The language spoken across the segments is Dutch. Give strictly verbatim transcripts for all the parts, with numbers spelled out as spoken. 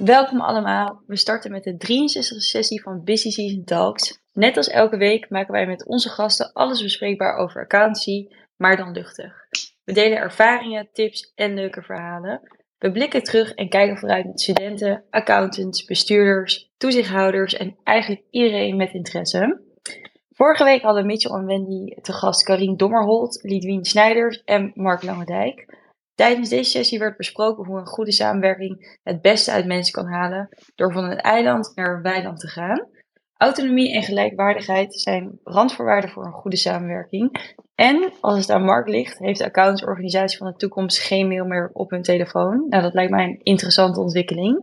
Welkom allemaal. We starten met de drieënzestigste sessie van Busy Season Talks. Net als elke week maken wij met onze gasten alles bespreekbaar over accountancy, maar dan luchtig. We delen ervaringen, tips en leuke verhalen. We blikken terug en kijken vooruit met studenten, accountants, bestuurders, toezichthouders en eigenlijk iedereen met interesse. Vorige week hadden Mitchell en Wendy te gast Karien Dommerholt, Lidwien Snijders en Mark Langendijk. Tijdens deze sessie werd besproken hoe een goede samenwerking het beste uit mensen kan halen door van een eiland naar een weiland te gaan. Autonomie en gelijkwaardigheid zijn randvoorwaarden voor een goede samenwerking. En als het aan Mark ligt, heeft de accountantsorganisatie van de toekomst geen mail meer op hun telefoon. Nou, dat lijkt mij een interessante ontwikkeling.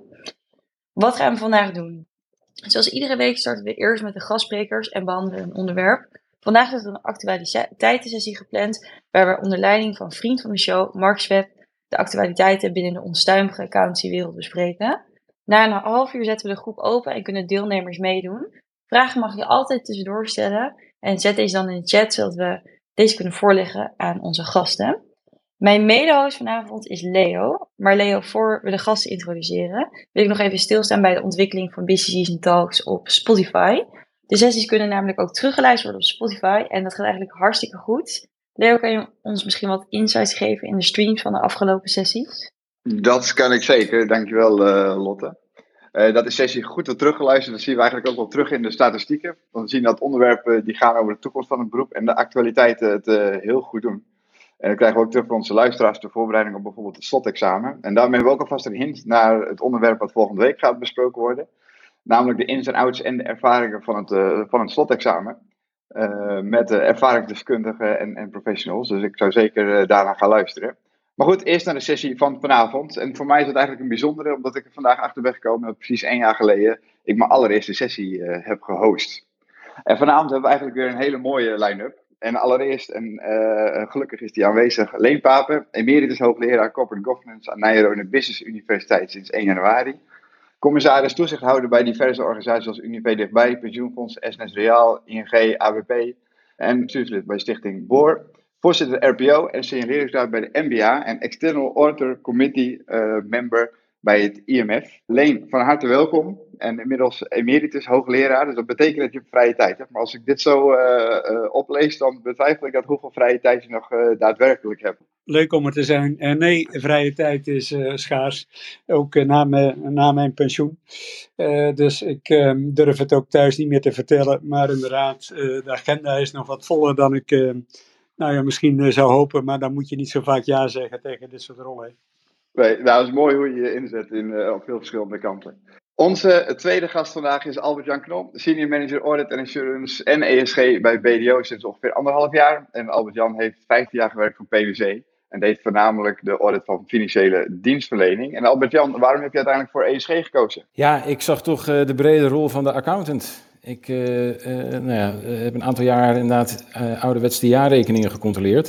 Wat gaan we vandaag doen? Zoals iedere week starten we eerst met de gastsprekers en behandelen een onderwerp. Vandaag is er een actualiteitensessie gepland, waar we onder leiding van vriend van de show, Mark Swep, de actualiteiten binnen de onstuimige accountancywereld bespreken. Na een half uur zetten we de groep open en kunnen deelnemers meedoen. Vragen mag je altijd tussendoor stellen en zet deze dan in de chat, zodat we deze kunnen voorleggen aan onze gasten. Mijn mede-host vanavond is Leo. Maar Leo, voor we de gasten introduceren, wil ik nog even stilstaan bij de ontwikkeling van Busy Season Talks op Spotify. De sessies kunnen namelijk ook teruggeluisterd worden op Spotify en dat gaat eigenlijk hartstikke goed. Leo, kan je ons misschien wat insights geven in de streams van de afgelopen sessies? Dat kan ik zeker, dankjewel uh, Lotte. Uh, dat is sessie goed wordt teruggeluisterd, dat zien we eigenlijk ook wel terug in de statistieken. We zien dat onderwerpen die gaan over de toekomst van het beroep en de actualiteiten het uh, heel goed doen. En dan krijgen we ook terug van onze luisteraars de voorbereiding op bijvoorbeeld het slotexamen. En daarmee hebben we ook alvast een hint naar het onderwerp wat volgende week gaat besproken worden. Namelijk de ins en outs en de ervaringen van het, uh, van het slotexamen. Uh, met uh, ervaringsdeskundigen en, en professionals. Dus ik zou zeker uh, daarna gaan luisteren. Maar goed, eerst naar de sessie van vanavond. En voor mij is het eigenlijk een bijzondere, omdat ik er vandaag achter ben gekomen dat precies één jaar geleden ik mijn allereerste sessie uh, heb gehost. En vanavond hebben we eigenlijk weer een hele mooie line-up. En allereerst, en uh, gelukkig is die aanwezig, Leen Papen, emeritus hoogleraar Corporate Governance aan Nyenrode Business Universiteit sinds één januari. Commissaris toezichthouder bij diverse organisaties zoals Unive Dichtbij, Pensioenfonds, S N S Reaal, I N G, A B P en bestuurslid bij Stichting Boor. Voorzitter R P O en signaleringsraad bij de N B A en External Auditor Committee uh, member bij het I M F. Leen, van harte welkom en inmiddels emeritus hoogleraar, dus dat betekent dat je vrije tijd hebt. Maar als ik dit zo uh, uh, oplees, dan betwijfel ik dat hoeveel vrije tijd je nog uh, daadwerkelijk hebt. Leuk om er te zijn. Uh, nee, vrije tijd is uh, schaars. Ook uh, na, me, na mijn pensioen. Uh, dus ik uh, durf het ook thuis niet meer te vertellen. Maar inderdaad, uh, de agenda is nog wat voller dan ik uh, nou ja, misschien uh, zou hopen. Maar dan moet je niet zo vaak ja zeggen tegen dit soort rollen. Nee, nou, het is mooi hoe je je inzet in, uh, op veel verschillende kanten. Onze tweede gast vandaag is Albert-Jan Knop, Senior Manager Audit and Assurance en E S G bij B D O sinds ongeveer anderhalf jaar. En Albert-Jan heeft vijftien jaar gewerkt voor P W C en deed voornamelijk de audit van financiële dienstverlening. En Albert-Jan, waarom heb je uiteindelijk voor E S G gekozen? Ja, ik zag toch uh, de brede rol van de accountant. Ik uh, uh, nou ja, heb een aantal jaar inderdaad uh, ouderwets de jaarrekeningen gecontroleerd.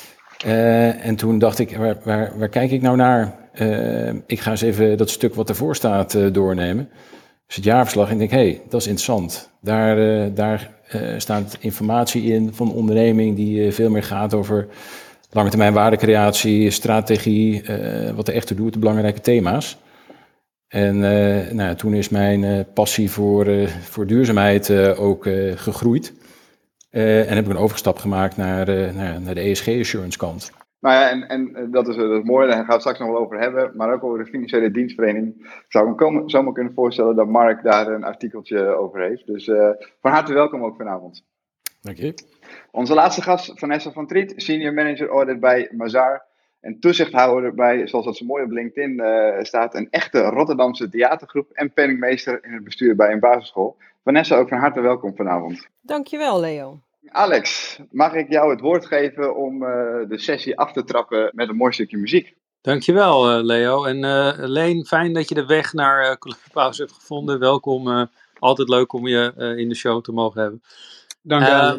Uh, en toen dacht ik, waar, waar, waar kijk ik nou naar? Uh, ik ga eens even dat stuk wat ervoor staat uh, doornemen. Dus het jaarverslag. En ik denk, hé, hey, dat is interessant. Daar, uh, daar uh, staat informatie in van een onderneming die uh, veel meer gaat over lange termijn waardecreatie, strategie, uh, wat er echt toe doet, de belangrijke thema's. En uh, nou, toen is mijn uh, passie voor, uh, voor duurzaamheid uh, ook uh, gegroeid. Uh, en heb ik een overstap gemaakt naar, uh, naar, naar de E S G-assurance kant. Nou ja, en, en dat, is, dat is mooi, daar gaan we het straks nog wel over hebben. Maar ook over de financiële dienstverlening. Ik zou me komen, zomaar kunnen voorstellen dat Mark daar een artikeltje over heeft. Dus uh, van harte welkom ook vanavond. Dank je. Onze laatste gast, Vanessa van Triet, Senior Manager Audit bij Mazars. En toezichthouder bij, zoals dat zo mooi op LinkedIn uh, staat, een echte Rotterdamse theatergroep en penningmeester in het bestuur bij een basisschool. Vanessa, ook van harte welkom vanavond. Dankjewel, Leo. Alex, mag ik jou het woord geven om uh, de sessie af te trappen met een mooi stukje muziek? Dankjewel, uh, Leo. En uh, Leen, fijn dat je de weg naar uh, Clubhouse hebt gevonden. Welkom. Uh, altijd leuk om je uh, in de show te mogen hebben. Dank je wel.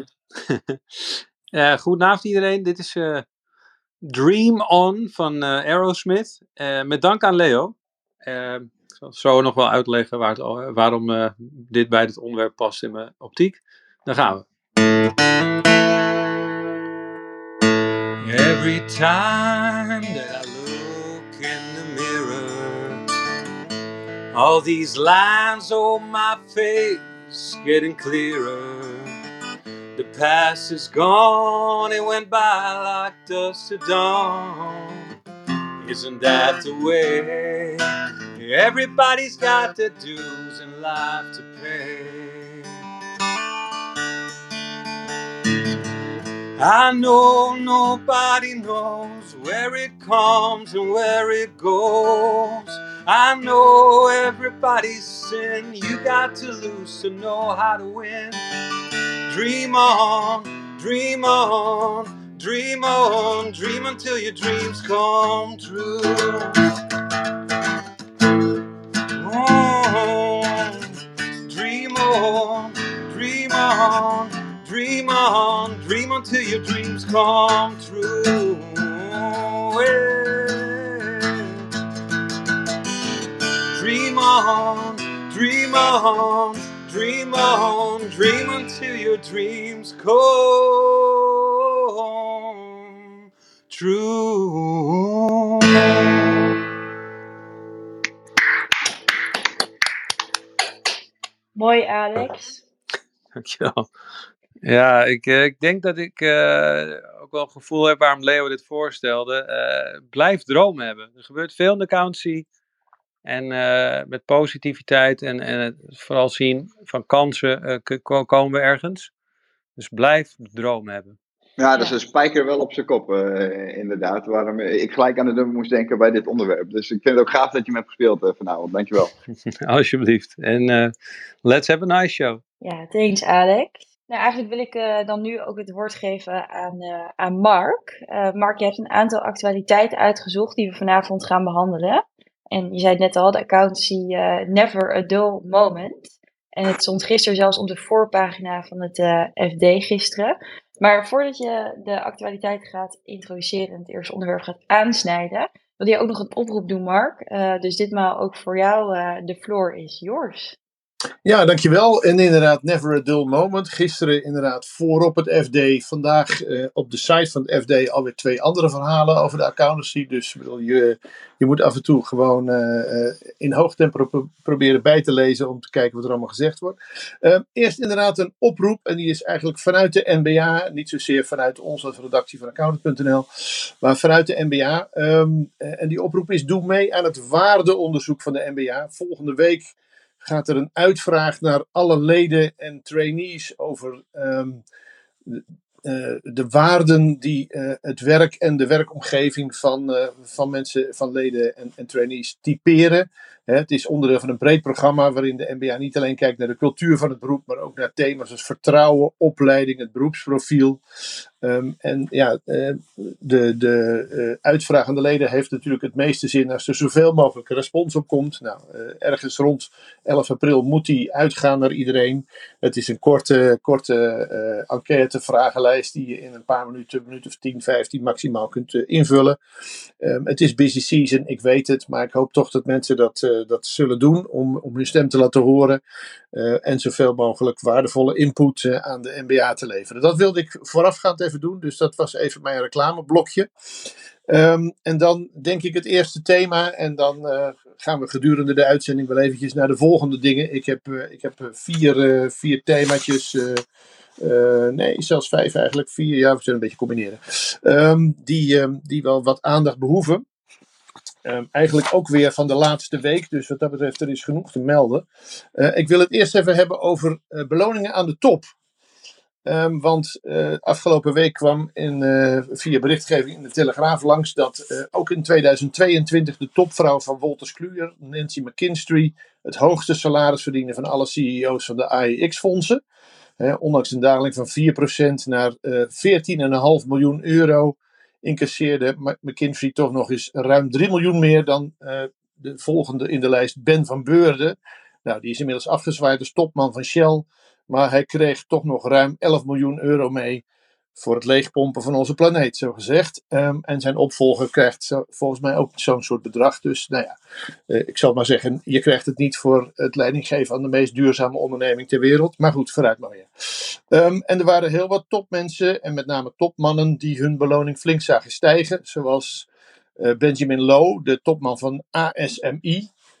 Uh, uh, goedenavond iedereen. Dit is uh, Dream On van uh, Aerosmith. Uh, met dank aan Leo. Uh, ik zal zo nog wel uitleggen waar het, waarom uh, dit bij dit onderwerp past in mijn optiek. Dan gaan we. Every time that I look in the mirror, All these lines on my face getting clearer. The past is gone, it went by like dust to dawn. Isn't that the way? Everybody's got their dues in life to pay. I know nobody knows where it comes and where it goes. I know everybody's sin. You got to lose to know how to win. Dream on, dream on, dream on, dream until your dreams come true. Oh, dream on, dream on, dream on, dream until your dreams come true. Yeah. Dream on, dream on, dream on, dream until your dreams come true. Mooi, Alex. Dankjewel. Ja, ik, uh, ik denk dat ik uh, ook wel een gevoel heb waarom Leo dit voorstelde. Uh, blijf dromen hebben. Er gebeurt veel in de accountancy. En uh, met positiviteit en, en het vooral zien van kansen uh, k- komen we ergens. Dus blijf dromen hebben. Ja, dat is een spijker wel op zijn kop, uh, inderdaad. Waarom ik gelijk aan de nummer moest denken bij dit onderwerp. Dus ik vind het ook gaaf dat je me hebt gespeeld uh, vanavond. Dankjewel. Alsjeblieft. En uh, let's have a nice show. Ja, thanks Alex. Nou, eigenlijk wil ik uh, dan nu ook het woord geven aan, uh, aan Mark. Uh, Mark, je hebt een aantal actualiteiten uitgezocht die we vanavond gaan behandelen. En je zei het net al, de accountancy uh, never a dull moment. En het stond gisteren zelfs op de voorpagina van het uh, F D gisteren. Maar voordat je de actualiteiten gaat introduceren en het eerste onderwerp gaat aansnijden, wil je ook nog een oproep doen, Mark. Uh, dus ditmaal ook voor jou, uh, the floor is yours. Ja, dankjewel. En inderdaad, never a dull moment. Gisteren inderdaad voorop het F D. Vandaag uh, op de site van het F D alweer twee andere verhalen over de accountancy. Dus bedoel, je, je moet af en toe gewoon uh, in hoog tempo pro- proberen bij te lezen om te kijken wat er allemaal gezegd wordt. Uh, eerst inderdaad een oproep. En die is eigenlijk vanuit de N B A. Niet zozeer vanuit ons als redactie van accountant punt n l. Maar vanuit de N B A. Um, en die oproep is: doe mee aan het waardeonderzoek van de N B A. Volgende week gaat er een uitvraag naar alle leden en trainees over um, de, uh, de waarden die uh, het werk en de werkomgeving van, uh, van mensen, van leden en, en trainees typeren. Hè, het is onderdeel van een breed programma waarin de N B A niet alleen kijkt naar de cultuur van het beroep, maar ook naar thema's als vertrouwen, opleiding, het beroepsprofiel. Um, en ja, uh, de, de uh, uitvraag aan de leden heeft natuurlijk het meeste zin als er zoveel mogelijk respons op komt. Nou, uh, ergens rond elf april moet die uitgaan naar iedereen. Het is een korte, korte uh, enquête, vragenlijst die je in een paar minuten, een minuut of tien, vijftien maximaal kunt uh, invullen. Um, het is busy season, ik weet het, maar ik hoop toch dat mensen dat, uh, dat zullen doen om, om hun stem te laten horen. Uh, en zoveel mogelijk waardevolle input uh, aan de N B A te leveren. Dat wilde ik voorafgaand even doen, dus dat was even mijn reclameblokje. Um, en dan denk ik het eerste thema en dan uh, gaan we gedurende de uitzending wel eventjes naar de volgende dingen. Ik heb, uh, ik heb vier, uh, vier themaatjes, uh, uh, nee zelfs vijf eigenlijk, vier, ja we zullen een beetje combineren, um, die, um, die wel wat aandacht behoeven. Um, eigenlijk ook weer van de laatste week, dus wat dat betreft er is genoeg te melden. Uh, ik wil het eerst even hebben over uh, beloningen aan de top. Um, want uh, afgelopen week kwam in, uh, via berichtgeving in de Telegraaf langs dat uh, ook in tweeduizend tweeëntwintig de topvrouw van Wolters Kluwer, Nancy McKinstry, het hoogste salaris verdiende van alle C E O's van de A E X-fondsen. Uh, ondanks een daling van vier procent naar uh, veertien komma vijf miljoen euro incasseerde McKinsey toch nog eens ruim drie miljoen meer dan uh, de volgende in de lijst, Ben van Beurden. Nou, die is inmiddels afgezwaaid als topman van Shell. Maar hij kreeg toch nog ruim elf miljoen euro mee voor het leegpompen van onze planeet, zo gezegd. Um, en zijn opvolger krijgt zo, volgens mij ook zo'n soort bedrag. Dus nou ja, uh, ik zal maar zeggen, je krijgt het niet voor het leidinggeven aan de meest duurzame onderneming ter wereld. Maar goed, vooruit maar weer. Um, en er waren heel wat topmensen, en met name topmannen, die hun beloning flink zagen stijgen. Zoals uh, Benjamin Lowe, de topman van A S M I.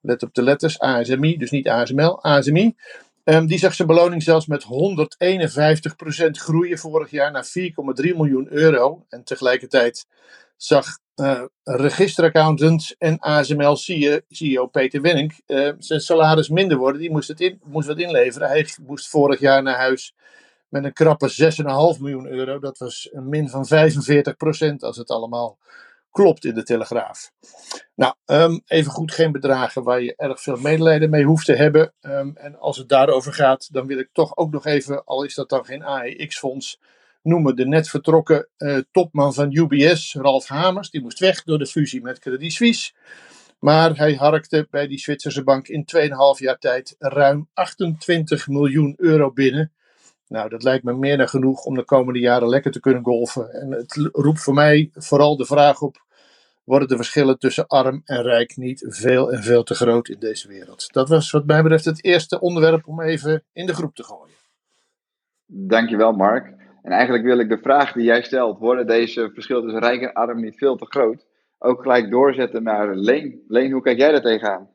let op de letters, A S M I, dus niet A S M L, A S M I. Um, die zag zijn beloning zelfs met honderdeenenvijftig procent groeien vorig jaar naar vier komma drie miljoen euro. En tegelijkertijd zag uh, registeraccountant en A S M L C E O Peter Wennink uh, zijn salaris minder worden. Die moest, het in, moest wat inleveren. Hij moest vorig jaar naar huis met een krappe zes komma vijf miljoen euro. Dat was een min van vijfenveertig procent als het allemaal klopt in de Telegraaf. Nou, um, even goed geen bedragen waar je erg veel medelijden mee hoeft te hebben. Um, en als het daarover gaat, dan wil ik toch ook nog even, al is dat dan geen A E X-fonds, noemen de net vertrokken uh, topman van U B S, Ralf Hamers. Die moest weg door de fusie met Credit Suisse. Maar hij harkte bij die Zwitserse bank in twee komma vijf jaar tijd ruim achtentwintig miljoen euro binnen. Nou, dat lijkt me meer dan genoeg om de komende jaren lekker te kunnen golfen. En het roept voor mij vooral de vraag op: worden de verschillen tussen arm en rijk niet veel en veel te groot in deze wereld? Dat was wat mij betreft het eerste onderwerp om even in de groep te gooien. Dankjewel, Mark. En eigenlijk wil ik de vraag die jij stelt, worden deze verschillen tussen rijk en arm niet veel te groot, ook gelijk doorzetten naar Leen. Leen, hoe kijk jij daar tegenaan?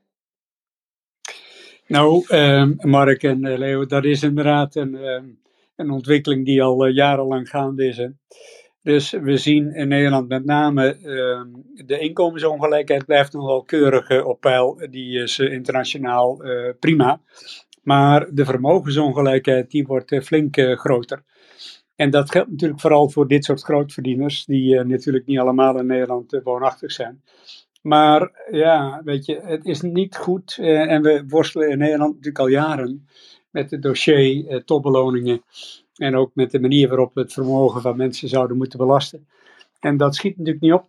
Nou, uh, Mark en uh, Leo, dat is inderdaad een, uh, een ontwikkeling die al uh, jarenlang gaande is. Hè. Dus we zien in Nederland met name uh, de inkomensongelijkheid blijft nog wel keurig uh, op peil. Die is uh, internationaal uh, prima. Maar de vermogensongelijkheid die wordt uh, flink uh, groter. En dat geldt natuurlijk vooral voor dit soort grootverdieners, die uh, natuurlijk niet allemaal in Nederland uh, woonachtig zijn. Maar ja, weet je, het is niet goed uh, en we worstelen in Nederland natuurlijk al jaren met het dossier uh, topbeloningen en ook met de manier waarop we het vermogen van mensen zouden moeten belasten. En dat schiet natuurlijk niet op.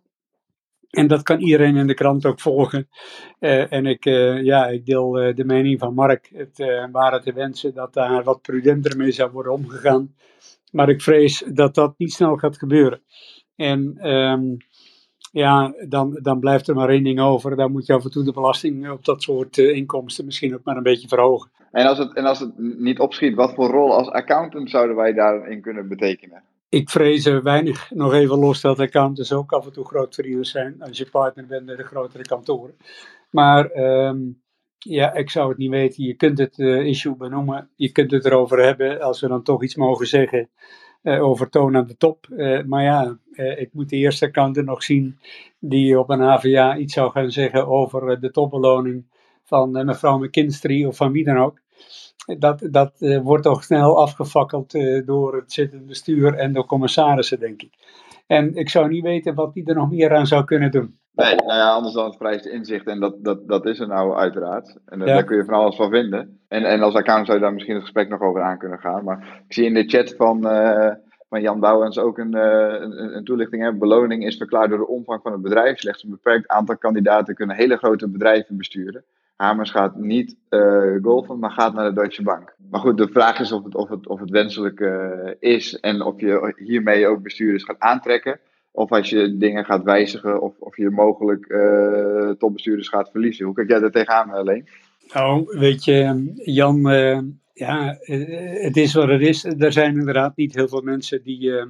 En dat kan iedereen in de krant ook volgen. Uh, en ik, uh, ja, ik deel uh, de mening van Mark. Het uh, waren te wensen dat daar wat prudenter mee zou worden omgegaan. Maar ik vrees dat dat niet snel gaat gebeuren. En um, ja, dan, dan blijft er maar één ding over. Dan moet je af en toe de belasting op dat soort uh, inkomsten misschien ook maar een beetje verhogen. En als, het, en als het niet opschiet, wat voor rol als accountant zouden wij daarin kunnen betekenen? Ik vrees er weinig, nog even los dat accountants ook af en toe grootverdieners zijn. Als je partner bent bij de grotere kantoren. Maar um, ja, ik zou het niet weten. Je kunt het uh, issue benoemen. Je kunt het erover hebben als we dan toch iets mogen zeggen. Uh, over toon aan de top. Uh, maar ja, uh, ik moet de eerste accountant nog zien die op een H V A iets zou gaan zeggen over uh, de topbeloning van uh, mevrouw McKinstry of van wie dan ook. Dat, dat uh, wordt toch snel afgefakkeld uh, door het zittende bestuur en door commissarissen, denk ik. En ik zou niet weten wat die er nog meer aan zou kunnen doen. Nee, nou ja, anders dan het vereiste inzicht. En dat, dat, dat is er nou uiteraard. En uh, Ja. daar kun je van alles van vinden. En, en als accountant zou je daar misschien het gesprek nog over aan kunnen gaan. Maar ik zie in de chat van, uh, van Jan Bouwens ook een, uh, een, een toelichting. Hè. Beloning is verklaard door de omvang van het bedrijf. Slechts een beperkt aantal kandidaten kunnen hele grote bedrijven besturen. Hamers gaat niet uh, golfen, maar gaat naar de Deutsche Bank. Maar goed, de vraag is of het, of het, of het wenselijk uh, is. En of je hiermee ook bestuurders gaat aantrekken. Of als je dingen gaat wijzigen, of, of je mogelijk uh, topbestuurders gaat verliezen. Hoe kijk jij daar tegenaan, Leen? Nou, weet je, Jan, uh, ja, uh, het is wat het is. Er zijn inderdaad niet heel veel mensen die uh,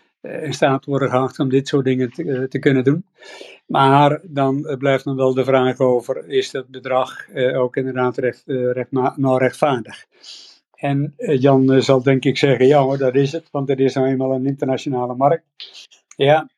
in staat worden geacht om dit soort dingen te, uh, te kunnen doen. Maar dan uh, blijft nog wel de vraag over, is dat bedrag uh, ook inderdaad recht, uh, recht, nou rechtvaardig? En uh, Jan uh, zal denk ik zeggen, ja hoor, dat is het, want het is nou eenmaal een internationale markt. Ja,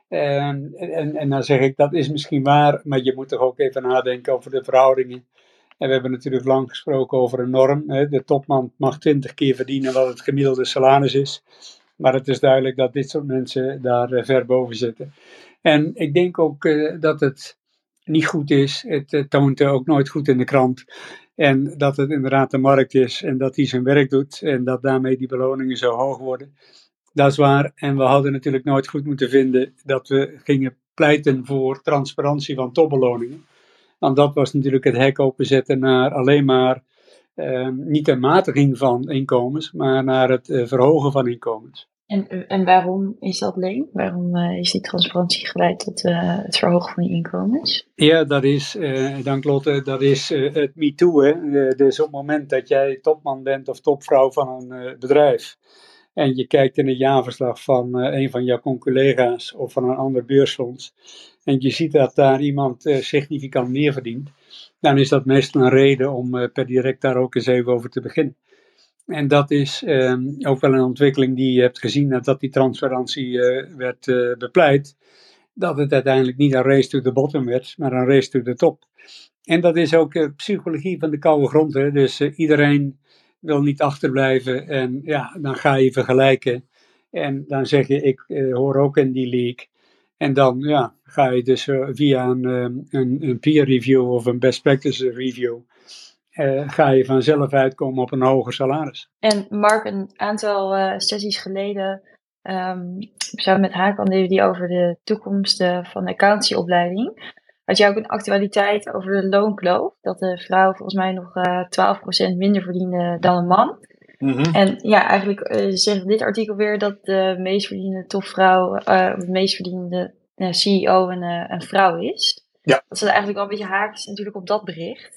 en, en, en dan zeg ik, dat is misschien waar, maar je moet toch ook even nadenken over de verhoudingen. En we hebben natuurlijk lang gesproken over een norm. Hè. De topman mag twintig keer verdienen wat het gemiddelde salaris is. Maar het is duidelijk dat dit soort mensen daar uh, ver boven zitten. En ik denk ook uh, dat het niet goed is. Het uh, toont uh, ook nooit goed in de krant. En dat het inderdaad de markt is en dat die zijn werk doet. En dat daarmee die beloningen zo hoog worden. Dat is waar. En we hadden natuurlijk nooit goed moeten vinden dat we gingen pleiten voor transparantie van topbeloningen. Want dat was natuurlijk het hek openzetten naar alleen maar uh, niet een matiging van inkomens, maar naar het uh, verhogen van inkomens. En, en waarom is dat, Leen? Waarom uh, is die transparantie geleid tot uh, het verhogen van die inkomens? Ja, dat is, uh, dank Lotte, dat is uh, het MeToo. Hè? Uh, dus op het moment dat jij topman bent of topvrouw van een uh, bedrijf, en je kijkt in het jaarverslag van uh, een van jouw conculega's of van een ander beursfonds en je ziet dat daar iemand uh, significant meer verdient, dan is dat meestal een reden om uh, per direct daar ook eens even over te beginnen. En dat is um, ook wel een ontwikkeling die je hebt gezien nadat die transparantie uh, werd uh, bepleit, dat het uiteindelijk niet een race to the bottom werd, maar een race to the top. En dat is ook uh, psychologie van de koude grond. Hè? Dus uh, iedereen wil niet achterblijven en ja, dan ga je vergelijken. En dan zeg je, ik uh, hoor ook in die league. En dan ja, ga je dus uh, via een, um, een, een peer review of een best practice review, uh, ga je vanzelf uitkomen op een hoger salaris. En Mark, een aantal uh, sessies geleden, um, samen met Hakan deden we die over de toekomst uh, van de accountantieopleiding. Had jij ook een actualiteit over de loonkloof? Dat de vrouw volgens mij nog uh, twaalf procent minder verdiende dan een man. Mm-hmm. En ja, eigenlijk uh, zegt dit artikel weer dat de meest verdiende topvrouw, uh, de meest verdiende uh, C E O een, uh, een vrouw is. Ja. Dat staat eigenlijk wel een beetje haaks natuurlijk op dat bericht.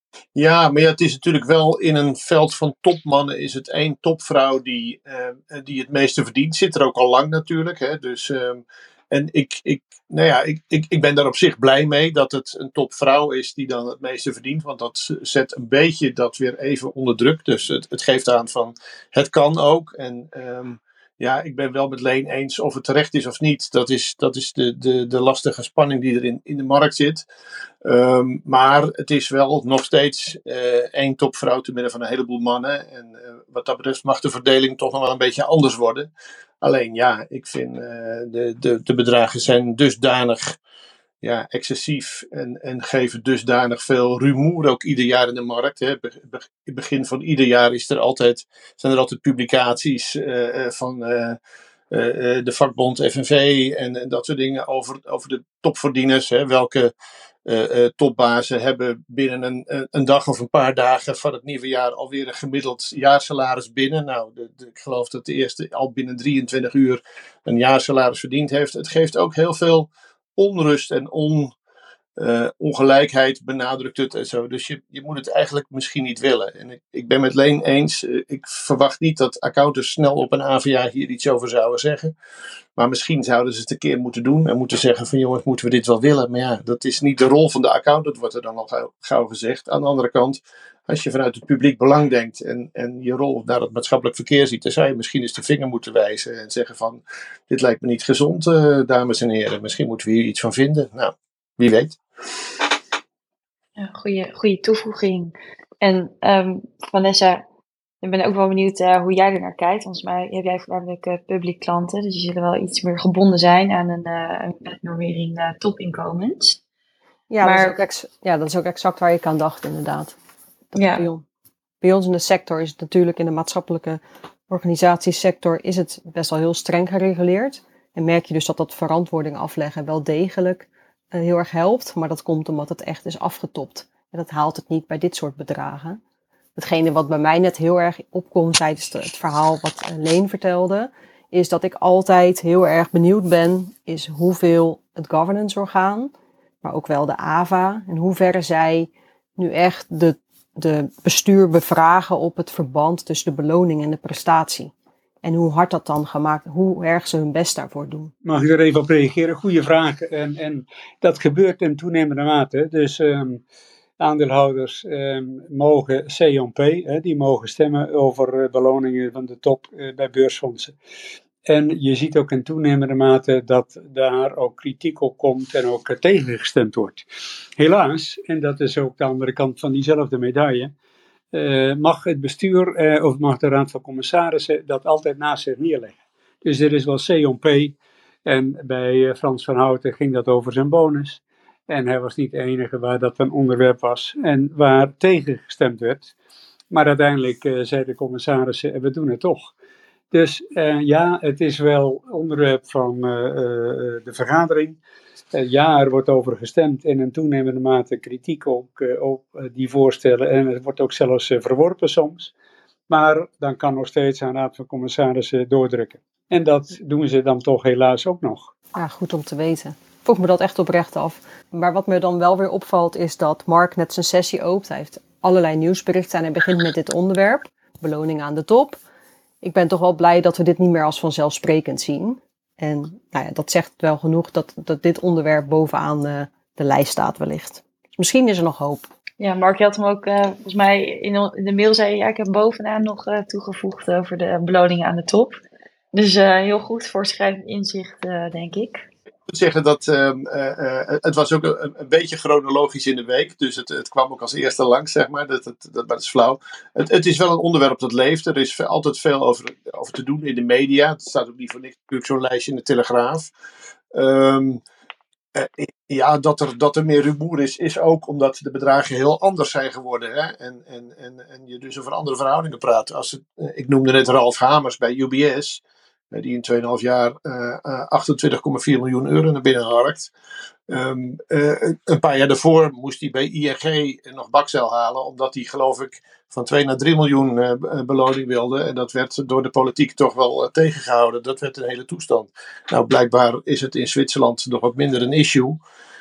Ja, maar ja, het is natuurlijk wel in een veld van topmannen is het één topvrouw die, uh, die het meeste verdient. Zit er ook al lang natuurlijk. Hè? Dus, um, en ik, ik, nou ja, ik, ik, ik ben daar op zich blij mee dat het een topvrouw is die dan het meeste verdient. Want dat zet een beetje dat weer even onder druk. Dus het, het geeft aan van het kan ook. En um, ja, ik ben wel met Leen eens of het terecht is of niet. Dat is, dat is de, de, de lastige spanning die er in, in de markt zit. Um, maar het is wel nog steeds uh, één topvrouw te midden van een heleboel mannen. En uh, wat dat betreft mag de verdeling toch nog wel een beetje anders worden. Alleen ja, ik vind uh, de, de, de bedragen zijn dusdanig ja, excessief en, en geven dusdanig veel rumoer ook ieder jaar in de markt. Hè. Be, be, in het begin van ieder jaar is er altijd, zijn er altijd publicaties uh, van uh, uh, de vakbond F N V en, en dat soort dingen over, over de topverdieners. Hè, welke uh, uh, topbazen hebben binnen een, een dag of een paar dagen van het nieuwe jaar alweer een gemiddeld jaarsalaris binnen. Nou, de, de, ik geloof dat de eerste al binnen drieëntwintig uur een jaarsalaris verdiend heeft. Het geeft ook heel veel onrust en on, uh, ongelijkheid benadrukt het en zo. Dus je, je moet het eigenlijk misschien niet willen. En ik, ik ben met Leen eens. Uh, ik verwacht niet dat accountants snel op een A V A hier iets over zouden zeggen. Maar misschien zouden ze het een keer moeten doen. En moeten zeggen van jongens, moeten we dit wel willen? Maar ja, dat is niet de rol van de accountant, wordt er dan al gauw, gauw gezegd. Aan de andere kant, als je vanuit het publiek belang denkt en, en je rol naar het maatschappelijk verkeer ziet, dan zou je misschien eens de vinger moeten wijzen en zeggen van, dit lijkt me niet gezond, uh, dames en heren. Misschien moeten we hier iets van vinden. Nou, wie weet. Ja, goeie, goeie toevoeging. En um, Vanessa, ik ben ook wel benieuwd uh, hoe jij er naar kijkt. Volgens mij heb jij voornamelijk uh, public klanten, dus die zullen wel iets meer gebonden zijn aan een, uh, een wetnormering uh, topinkomens. Ja, maar... dat is ook ex- ja, dat is ook exact waar je aan dacht, inderdaad. Dat ja. bij, on- bij ons in de sector is het natuurlijk in de maatschappelijke organisatiesector is het best wel heel streng gereguleerd. En merk je dus dat dat verantwoording afleggen wel degelijk uh, heel erg helpt. Maar dat komt omdat het echt is afgetopt. En dat haalt het niet bij dit soort bedragen. Hetgene wat bij mij net heel erg opkomt tijdens het verhaal wat uh, Leen vertelde, is dat ik altijd heel erg benieuwd ben, is hoeveel het governance orgaan, maar ook wel de A V A, in hoeverre zij nu echt de, de bestuur bevragen op het verband tussen de beloning en de prestatie. En hoe hard dat dan gemaakt, hoe erg ze hun best daarvoor doen. Mag ik er even op reageren? Goeie vraag. En, en dat gebeurt in toenemende mate. Dus um, aandeelhouders um, mogen C O P, hè, die mogen stemmen over uh, beloningen van de top uh, bij beursfondsen. En je ziet ook in toenemende mate dat daar ook kritiek op komt en ook uh, tegengestemd wordt. Helaas, en dat is ook de andere kant van diezelfde medaille, uh, mag het bestuur uh, of mag de raad van commissarissen dat altijd naast zich neerleggen. Dus er is wel C O P en bij uh, Frans van Houten ging dat over zijn bonus. En hij was niet de enige waar dat een onderwerp was en waar tegengestemd werd. Maar uiteindelijk uh, zei de commissarissen, we doen het toch. Dus uh, ja, het is wel onderwerp van uh, uh, de vergadering. Uh, ja, er wordt over gestemd en in toenemende mate kritiek ook uh, op uh, die voorstellen. En het wordt ook zelfs uh, verworpen soms. Maar dan kan nog steeds een raad van commissarissen doordrukken. En dat doen ze dan toch helaas ook nog. Ja, goed om te weten. Ik vroeg me dat echt oprecht af. Maar wat me dan wel weer opvalt is dat Mark net zijn sessie opent. Hij heeft allerlei nieuwsberichten en hij begint met dit onderwerp. Beloning aan de top. ik ben toch wel blij dat we dit niet meer als vanzelfsprekend zien. En nou ja, dat zegt wel genoeg dat, dat dit onderwerp bovenaan de, de lijst staat wellicht. Dus misschien is er nog hoop. Ja, Mark, je had hem ook, uh, volgens mij in, in de mail zei, ja, ik heb bovenaan nog uh, toegevoegd over de beloningen aan de top. Dus uh, heel goed voorschrijvend inzicht, uh, denk ik. Ik moet zeggen dat uh, uh, het was ook een, een beetje chronologisch in de week. Dus het, het kwam ook als eerste langs, zeg maar. Dat, dat, dat, dat is flauw. Het, het is wel een onderwerp dat leeft. Er is altijd veel over, over te doen in de media. Het staat ook niet voor niks natuurlijk zo'n lijstje in de Telegraaf. Um, uh, ja, dat er, dat er meer rumoer is, is ook omdat de bedragen heel anders zijn geworden. Hè? En, en, en, en je dus over andere verhoudingen praat. Als het, uh, ik noemde net Ralf Hamers bij U B S. Die in twee komma vijf jaar uh, uh, achtentwintig komma vier miljoen euro naar binnen harkt. Um, uh, een paar jaar daarvoor moest hij bij I N G nog bakzeil halen. Omdat hij geloof ik van twee naar drie miljoen uh, beloning wilde. En dat werd door de politiek toch wel uh, tegengehouden. Dat werd een hele toestand. Nou, blijkbaar is het in Zwitserland nog wat minder een issue.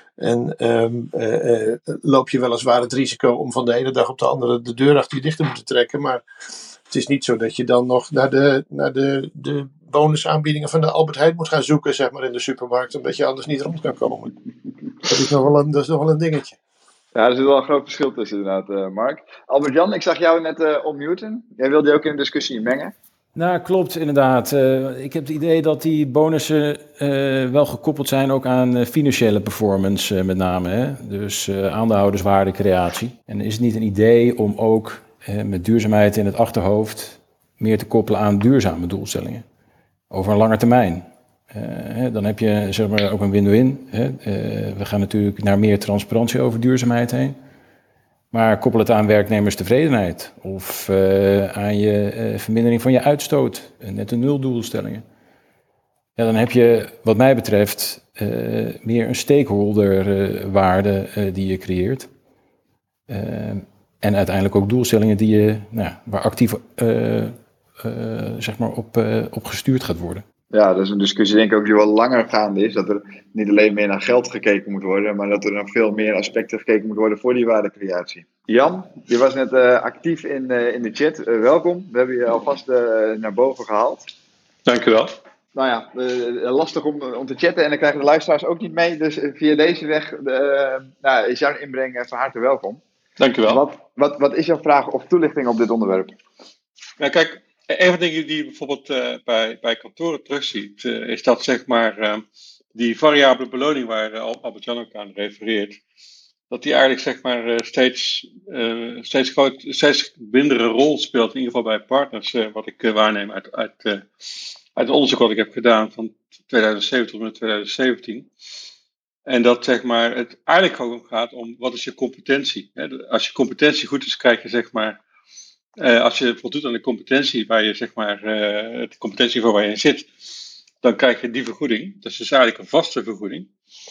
En um, uh, uh, loop je weliswaar het risico om van de ene dag op de andere de deur achter je dicht te moeten trekken. Maar het is niet zo dat je dan nog naar de, naar de, de bonusaanbiedingen van de Albert Heijn moet gaan zoeken, zeg maar, in de supermarkt, omdat je anders niet rond kan komen. Dat is nog wel een, dat is nog wel een dingetje. Ja, er zit wel een groot verschil tussen inderdaad, uh, Mark. Albert-Jan, ik zag jou net uh, onmuten. Jij wilde je ook in de discussie mengen. Nou, klopt, inderdaad. Uh, ik heb het idee dat die bonussen uh, wel gekoppeld zijn ook aan uh, financiële performance uh, met name. Hè? Dus uh, aandeelhouderswaardecreatie. En is het niet een idee om ook uh, met duurzaamheid in het achterhoofd meer te koppelen aan duurzame doelstellingen? Over een lange termijn. Uh, hè, dan heb je zeg maar ook een win-win. Hè? Uh, we gaan natuurlijk naar meer transparantie over duurzaamheid heen. Maar koppel het aan werknemerstevredenheid of uh, aan je uh, vermindering van je uitstoot, uh, net een nuldoelstellingen. Ja, dan heb je wat mij betreft uh, meer een stakeholderwaarde uh, uh, die je creëert. Uh, en uiteindelijk ook doelstellingen die je, nou, waar actief uh, uh, zeg maar op, uh, op gestuurd gaat worden. Ja, dat is een discussie denk ik ook die wel langer gaande is. Dat er niet alleen meer naar geld gekeken moet worden, maar dat er nog veel meer aspecten gekeken moet worden voor die waardecreatie. Jan, je was net uh, actief in, uh, in de chat. Uh, welkom, we hebben je alvast uh, naar boven gehaald. Dank u wel. Nou ja, uh, lastig om, om te chatten en dan krijgen de luisteraars ook niet mee. Dus uh, via deze weg uh, nou, is jouw inbreng uh, van harte welkom. Dank u wel. Wat, wat, wat is jouw vraag of toelichting op dit onderwerp? Nou kijk, een van de dingen die je bijvoorbeeld uh, bij, bij kantoren terugziet, uh, is dat zeg maar uh, die variabele beloning waar uh, Albert-Jan ook aan refereert, dat die eigenlijk zeg maar uh, steeds, uh, steeds, groot, steeds mindere rol speelt, in ieder geval bij partners, uh, wat ik uh, waarneem uit, uit, uh, uit het onderzoek wat ik heb gedaan van tweeduizend zeven tot tweeduizend zeventien. En dat zeg maar het eigenlijk ook gaat om wat is je competentie. Hè? Als je competentie goed is, krijg je zeg maar Uh, als je voldoet aan de competentie waar je zeg maar uh, de competentieniveau waar je in zit, dan krijg je die vergoeding. Dat is dus eigenlijk een vaste vergoeding.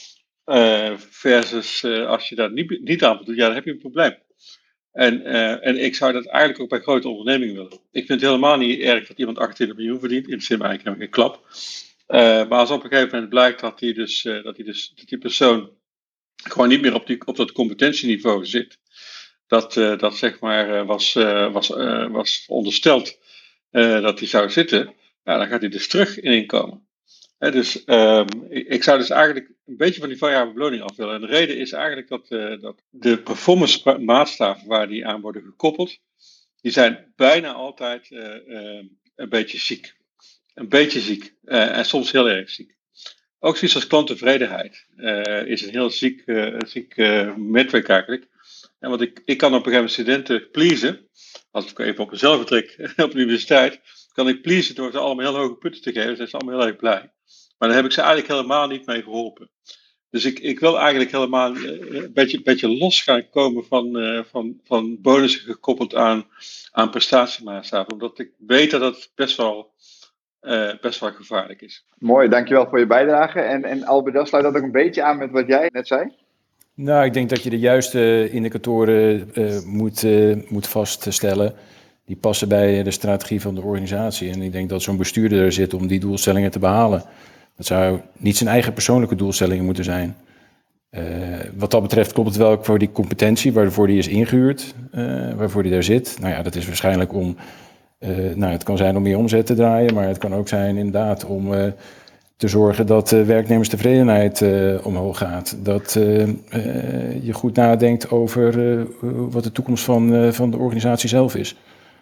Uh, versus uh, als je daar niet, niet aan voldoet, ja, dan heb je een probleem. En, uh, en ik zou dat eigenlijk ook bij grote ondernemingen willen. Ik vind het helemaal niet erg dat iemand achtentwintig miljoen verdient. Interesseert me eigenlijk helemaal geen klap. Uh, maar als op een gegeven moment blijkt dat die, dus, uh, dat die, dus, dat die persoon gewoon niet meer op, die, op dat competentieniveau zit. Dat, uh, dat zeg maar uh, was, uh, was, uh, was ondersteld uh, dat hij zou zitten. Nou, dan gaat hij dus terug in inkomen. He, dus um, ik, ik zou dus eigenlijk een beetje van die variabele beloning af willen. En de reden is eigenlijk dat, uh, dat de performance maatstaven waar die aan worden gekoppeld, die zijn bijna altijd uh, uh, een beetje ziek. Een beetje ziek. Uh, en soms heel erg ziek. Ook zoiets als klanttevredenheid uh, is een heel ziek, uh, ziek uh, metric eigenlijk. En want ik, ik kan op een gegeven moment studenten pleasen, als ik even op mezelf trek op de universiteit, kan ik pleasen door ze allemaal heel hoge punten te geven. Dan zijn ze allemaal heel erg blij. Maar dan heb ik ze eigenlijk helemaal niet mee geholpen. Dus ik, ik wil eigenlijk helemaal uh, een beetje, beetje los gaan komen van, uh, van, van bonussen gekoppeld aan, aan prestatiemaatstaven. Omdat ik weet dat dat best wel, uh, best wel gevaarlijk is. Mooi, dankjewel voor je bijdrage. En, en Albert, sluit dat ook een beetje aan met wat jij net zei? Nou, ik denk dat je de juiste indicatoren uh, moet, uh, moet vaststellen. Die passen bij de strategie van de organisatie. En ik denk dat zo'n bestuurder er zit om die doelstellingen te behalen. Dat zou niet zijn eigen persoonlijke doelstellingen moeten zijn. Uh, wat dat betreft klopt het wel ook voor die competentie waarvoor die is ingehuurd, uh, waarvoor die daar zit. Nou ja, dat is waarschijnlijk om Uh, nou, het kan zijn om meer omzet te draaien, maar het kan ook zijn inderdaad om uh, te zorgen dat uh, werknemerstevredenheid uh, omhoog gaat. Dat uh, uh, je goed nadenkt over uh, wat de toekomst van, uh, van de organisatie zelf is.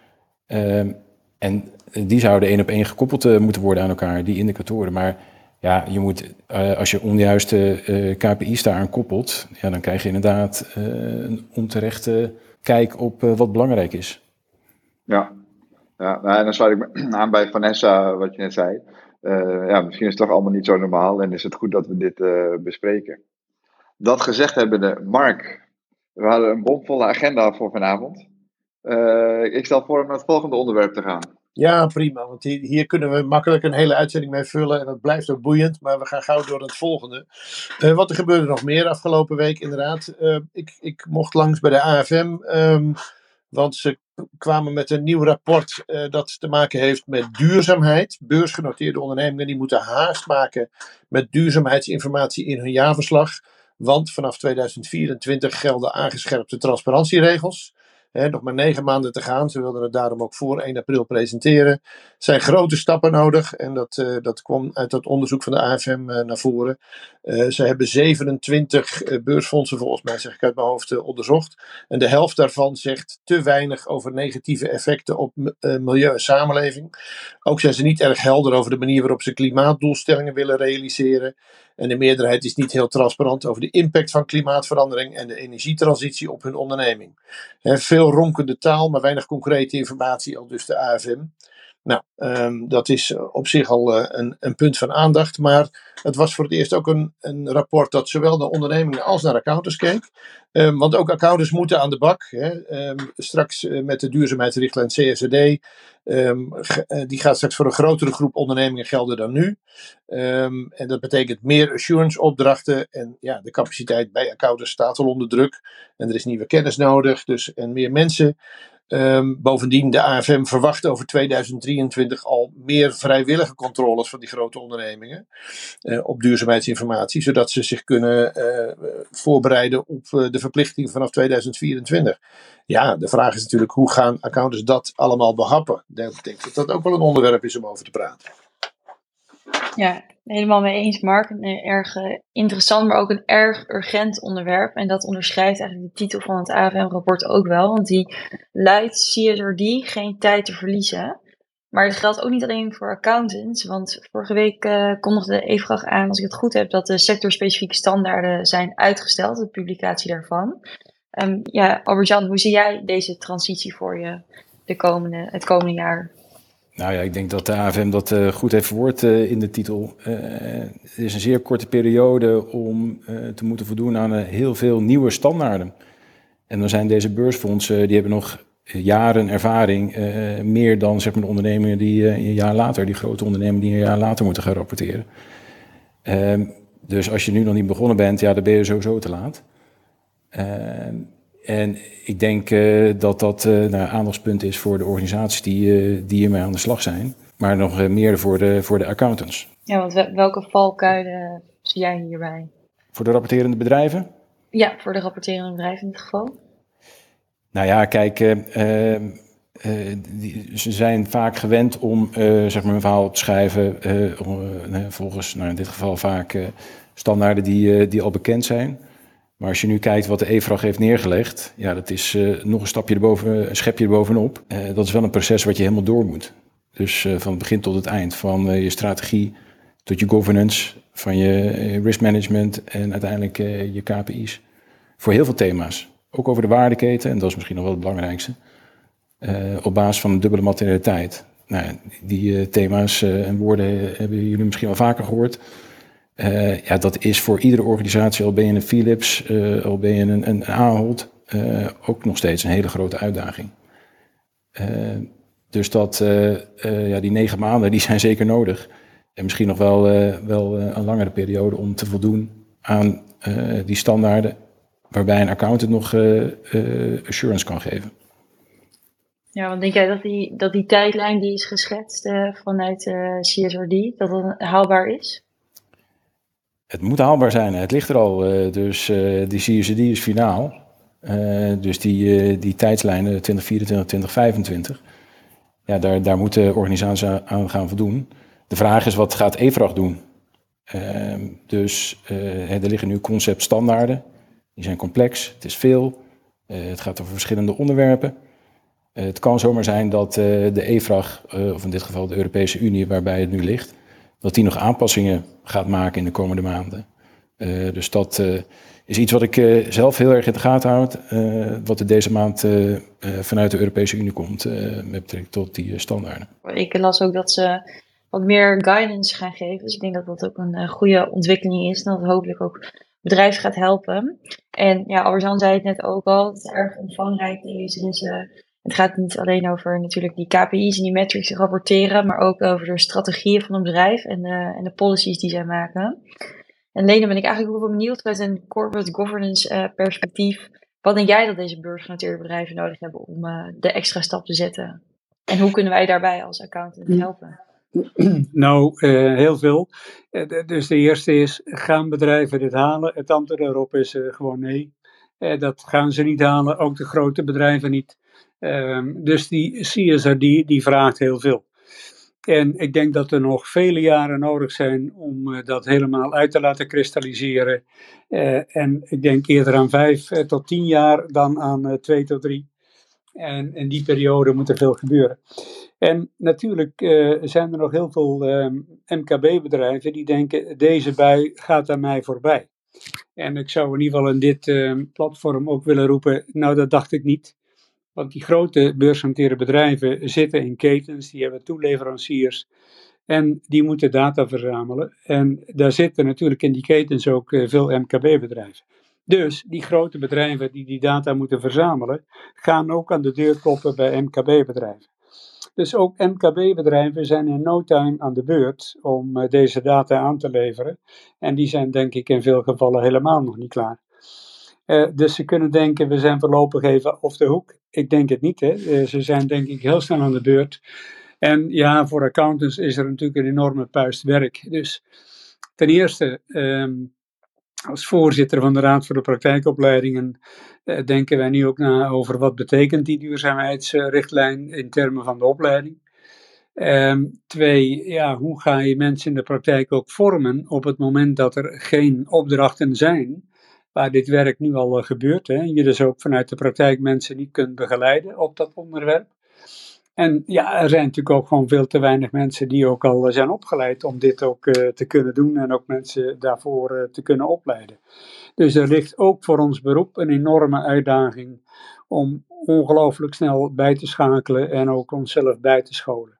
Uh, en die zouden één op één gekoppeld uh, moeten worden aan elkaar, die indicatoren. Maar ja, je moet, uh, als je onjuiste uh, K P I's daaraan koppelt, ja, dan krijg je inderdaad uh, een onterechte kijk op uh, wat belangrijk is. Ja. Ja, nou, en dan sluit ik me aan bij Vanessa, wat je net zei. Uh, ja, misschien is het toch allemaal niet zo normaal en is het goed dat we dit uh, bespreken. Dat gezegd hebbende, Mark, we hadden een bomvolle agenda voor vanavond. Uh, ik stel voor om naar het volgende onderwerp te gaan. Ja, prima, want hier, hier kunnen we makkelijk een hele uitzending mee vullen en dat blijft ook boeiend, maar we gaan gauw door het volgende. Uh, wat er gebeurde nog meer afgelopen week, inderdaad. Uh, ik, ik mocht langs bij de A F M, um, want ze kwamen met een nieuw rapport uh, dat te maken heeft met duurzaamheid. Beursgenoteerde ondernemingen die moeten haast maken met duurzaamheidsinformatie in hun jaarverslag. Want vanaf tweeduizend vierentwintig gelden aangescherpte transparantieregels. He, nog maar negen maanden te gaan. Ze wilden het daarom ook voor één april presenteren. Er zijn grote stappen nodig. En dat, uh, dat kwam uit dat onderzoek van de A F M uh, naar voren. Uh, ze hebben zevenentwintig uh, beursfondsen, volgens mij zeg ik uit mijn hoofd, uh, onderzocht. En de helft daarvan zegt te weinig over negatieve effecten op uh, milieu en samenleving. Ook zijn ze niet erg helder over de manier waarop ze klimaatdoelstellingen willen realiseren. En de meerderheid is niet heel transparant over de impact van klimaatverandering en de energietransitie op hun onderneming. He, veel ronkende taal, maar weinig concrete informatie, al dus de A F M. Nou, um, dat is op zich al uh, een, een punt van aandacht, maar het was voor het eerst ook een, een rapport dat zowel naar ondernemingen als naar accountants keek. Um, want ook accountants moeten aan de bak. Hè. Um, straks uh, met de duurzaamheidsrichtlijn C S R D, um, g- uh, die gaat straks voor een grotere groep ondernemingen gelden dan nu. Um, en dat betekent meer assurance opdrachten en ja, de capaciteit bij accountants staat al onder druk. En er is nieuwe kennis nodig, dus en meer mensen. Um, bovendien, de A F M verwacht over tweeduizend drieëntwintig al meer vrijwillige controles van die grote ondernemingen uh, op duurzaamheidsinformatie, zodat ze zich kunnen uh, voorbereiden op uh, de verplichtingen vanaf tweeduizend vierentwintig. Ja, de vraag is natuurlijk, hoe gaan accountants dat allemaal behappen? Ik denk, denk dat dat ook wel een onderwerp is om over te praten. Ja, helemaal mee eens, Mark. Een erg uh, interessant, maar ook een erg urgent onderwerp. En dat onderschrijft eigenlijk de titel van het A F M-rapport ook wel. Want die luidt C S R D, geen tijd te verliezen. Maar het geldt ook niet alleen voor accountants. Want vorige week uh, kondigde EFRAG aan, als ik het goed heb, dat de sectorspecifieke standaarden zijn uitgesteld. De publicatie daarvan. Um, ja, Albert-Jan, hoe zie jij deze transitie voor je de komende, het komende jaar? Nou ja, ik denk dat de A F M dat uh, goed heeft verwoord uh, in de titel. Uh, het is een zeer korte periode om uh, te moeten voldoen aan uh, heel veel nieuwe standaarden. En dan zijn deze beursfondsen, die hebben nog jaren ervaring, uh, meer dan zeg maar, de ondernemingen die uh, een jaar later, die grote ondernemingen die een jaar later moeten gaan rapporteren. Uh, dus als je nu nog niet begonnen bent, ja, dan ben je sowieso te laat. Uh, En ik denk uh, dat dat uh, nou, een aandachtspunt is voor de organisaties die, uh, die hiermee aan de slag zijn. Maar nog uh, meer voor de, voor de accountants. Ja, want welke valkuilen zie jij hierbij? Voor de rapporterende bedrijven? Ja, voor de rapporterende bedrijven in dit geval. Nou ja, kijk, uh, uh, die, ze zijn vaak gewend om uh, zeg maar een verhaal op te schrijven. Uh, uh, volgens, nou, in dit geval vaak uh, standaarden die, uh, die al bekend zijn. Maar als je nu kijkt wat de EFRAG heeft neergelegd, ja, dat is uh, nog een stapje erboven, een schepje erbovenop. Uh, dat is wel een proces wat je helemaal door moet. Dus uh, van het begin tot het eind, van uh, je strategie tot je governance, van je uh, risk management en uiteindelijk uh, je K P I's. Voor heel veel thema's. Ook over de waardeketen, en dat is misschien nog wel het belangrijkste. Uh, op basis van een dubbele materialiteit. Nou, die uh, thema's uh, en woorden hebben jullie misschien wel vaker gehoord. Uh, ja, dat is voor iedere organisatie, al ben je een Philips, uh, al ben je een, een Ahold, uh, ook nog steeds een hele grote uitdaging. Uh, dus dat, uh, uh, ja, die negen maanden, die zijn zeker nodig. En misschien nog wel, uh, wel uh, een langere periode om te voldoen aan uh, die standaarden, waarbij een accountant nog uh, uh, assurance kan geven. Ja, want denk jij dat die, dat die tijdlijn die is geschetst uh, vanuit uh, C S R D, dat dat haalbaar is? Het moet haalbaar zijn, het ligt er al. Uh, dus uh, die C S R D is finaal. Uh, dus die, uh, die tijdslijnen twintig vierentwintig, twintig vijfentwintig. ja, daar, daar moeten organisaties aan gaan voldoen. De vraag is, wat gaat EFRAG doen? Uh, dus uh, er liggen nu conceptstandaarden. Die zijn complex, het is veel. Uh, het gaat over verschillende onderwerpen. Uh, het kan zomaar zijn dat uh, de EFRAG, uh, of in dit geval de Europese Unie, waarbij het nu ligt, dat die nog aanpassingen gaat maken in de komende maanden. Uh, dus dat uh, is iets wat ik uh, zelf heel erg in de gaten houd. Uh, wat er deze maand uh, uh, vanuit de Europese Unie komt uh, met betrekking tot die uh, standaarden. Ik las ook dat ze wat meer guidance gaan geven. Dus ik denk dat dat ook een uh, goede ontwikkeling is. En dat het hopelijk ook bedrijven gaat helpen. En ja, Albert-Jan zei het net ook al. Dat het erg omvangrijk is. Dus, uh, het gaat niet alleen over natuurlijk die K P I's en die metrics rapporteren. Maar ook over de strategieën van een bedrijf en de, en de policies die zij maken. En Lene, ben ik eigenlijk ook wel benieuwd vanuit een corporate governance uh, perspectief. Wat denk jij dat deze beursgenoteerde bedrijven nodig hebben om uh, de extra stap te zetten? En hoe kunnen wij daarbij als accountant helpen? Nou, uh, heel veel. Uh, dus de eerste is, gaan bedrijven dit halen? Het antwoord daarop is uh, gewoon nee. Uh, dat gaan ze niet halen, ook de grote bedrijven niet. Uh, dus die C S R D die vraagt heel veel. En ik denk dat er nog vele jaren nodig zijn om uh, dat helemaal uit te laten kristalliseren. Uh, en ik denk eerder aan vijf uh, tot tien jaar dan aan uh, twee tot drie. En in die periode moet er veel gebeuren. En natuurlijk uh, zijn er nog heel veel um, M K B-bedrijven die denken, deze bui gaat aan mij voorbij. En ik zou in ieder geval in dit uh, platform ook willen roepen, nou dat dacht ik niet. Want die grote beursgenoteerde bedrijven zitten in ketens, die hebben toeleveranciers en die moeten data verzamelen. En daar zitten natuurlijk in die ketens ook uh, veel M K B-bedrijven. Dus die grote bedrijven die die data moeten verzamelen, gaan ook aan de deur kloppen bij M K B-bedrijven. Dus ook M K B-bedrijven zijn in no time aan de beurt om uh, deze data aan te leveren. En die zijn denk ik in veel gevallen helemaal nog niet klaar. Uh, dus ze kunnen denken, we zijn voorlopig even op de hoek. Ik denk het niet, hè. Uh, ze zijn denk ik heel snel aan de beurt. En ja, voor accountants is er natuurlijk een enorme puist werk. Dus ten eerste, um, als voorzitter van de Raad voor de Praktijkopleidingen uh, denken wij nu ook na over wat betekent die duurzaamheidsrichtlijn in termen van de opleiding. Um, twee, ja, hoe ga je mensen in de praktijk ook vormen op het moment dat er geen opdrachten zijn, waar dit werk nu al uh, gebeurt. Hè, en je dus ook vanuit de praktijk mensen niet kunt begeleiden op dat onderwerp. En ja, er zijn natuurlijk ook gewoon veel te weinig mensen die ook al uh, zijn opgeleid om dit ook uh, te kunnen doen en ook mensen daarvoor uh, te kunnen opleiden. Dus er ligt ook voor ons beroep een enorme uitdaging om ongelooflijk snel bij te schakelen en ook onszelf bij te scholen.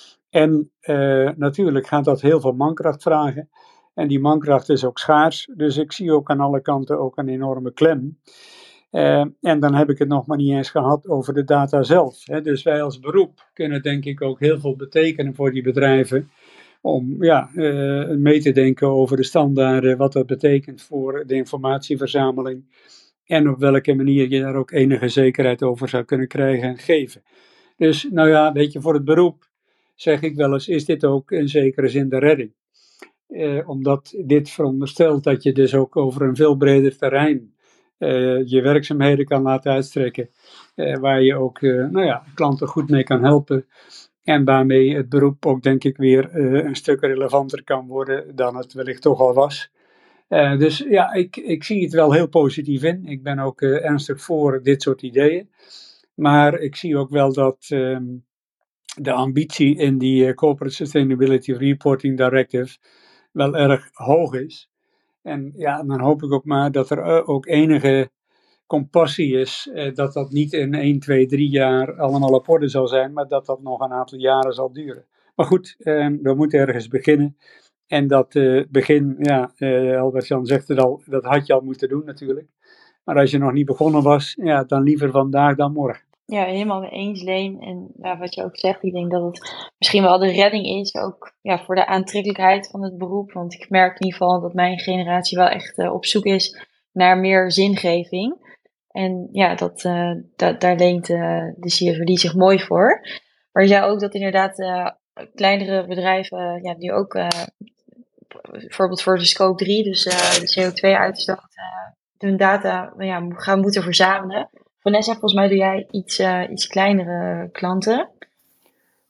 En uh, natuurlijk gaat dat heel veel mankracht vragen. En die mankracht is ook schaars. Dus ik zie ook aan alle kanten ook een enorme klem. Uh, en dan heb ik het nog maar niet eens gehad over de data zelf. Hè. Dus wij als beroep kunnen denk ik ook heel veel betekenen voor die bedrijven. Om ja, uh, mee te denken over de standaarden, wat dat betekent voor de informatieverzameling. En op welke manier je daar ook enige zekerheid over zou kunnen krijgen en geven. Dus nou ja, weet je, voor het beroep zeg ik wel eens, is dit ook in zekere zin de redding. Eh, omdat dit veronderstelt dat je dus ook over een veel breder terrein uh, je werkzaamheden kan laten uitstrekken. Uh, waar je ook uh, nou ja, klanten goed mee kan helpen. En waarmee het beroep ook denk ik weer uh, een stuk relevanter kan worden dan het wellicht toch al was. Uh, dus ja, ik, ik zie het wel heel positief in. Ik ben ook uh, ernstig voor dit soort ideeën. Maar ik zie ook wel dat um, de ambitie in die uh, Corporate Sustainability Reporting Directive wel erg hoog is. En ja, dan hoop ik ook maar dat er uh, ook enige compassie is, uh, dat dat niet in één, twee, drie jaar allemaal op orde zal zijn, maar dat dat nog een aantal jaren zal duren. Maar goed, uh, we moeten ergens beginnen. En dat uh, begin, ja, uh, Albert-Jan zegt het al, dat had je al moeten doen natuurlijk. Maar als je nog niet begonnen was, ja, dan liever vandaag dan morgen. Ja, helemaal mee eens, Leen. En ja, wat je ook zegt, ik denk dat het misschien wel de redding is, ook ja, voor de aantrekkelijkheid van het beroep. Want ik merk in ieder geval dat mijn generatie wel echt uh, op zoek is naar meer zingeving. En ja, dat, uh, da- daar leent uh, de C S R D zich mooi voor. Maar je zei ook dat inderdaad uh, kleinere bedrijven, uh, ja, die ook uh, bijvoorbeeld voor de scope drie, dus uh, de C O twee uitstoot, uh, hun data ja, gaan moeten verzamelen. Vanessa, volgens mij doe jij iets, uh, iets kleinere klanten.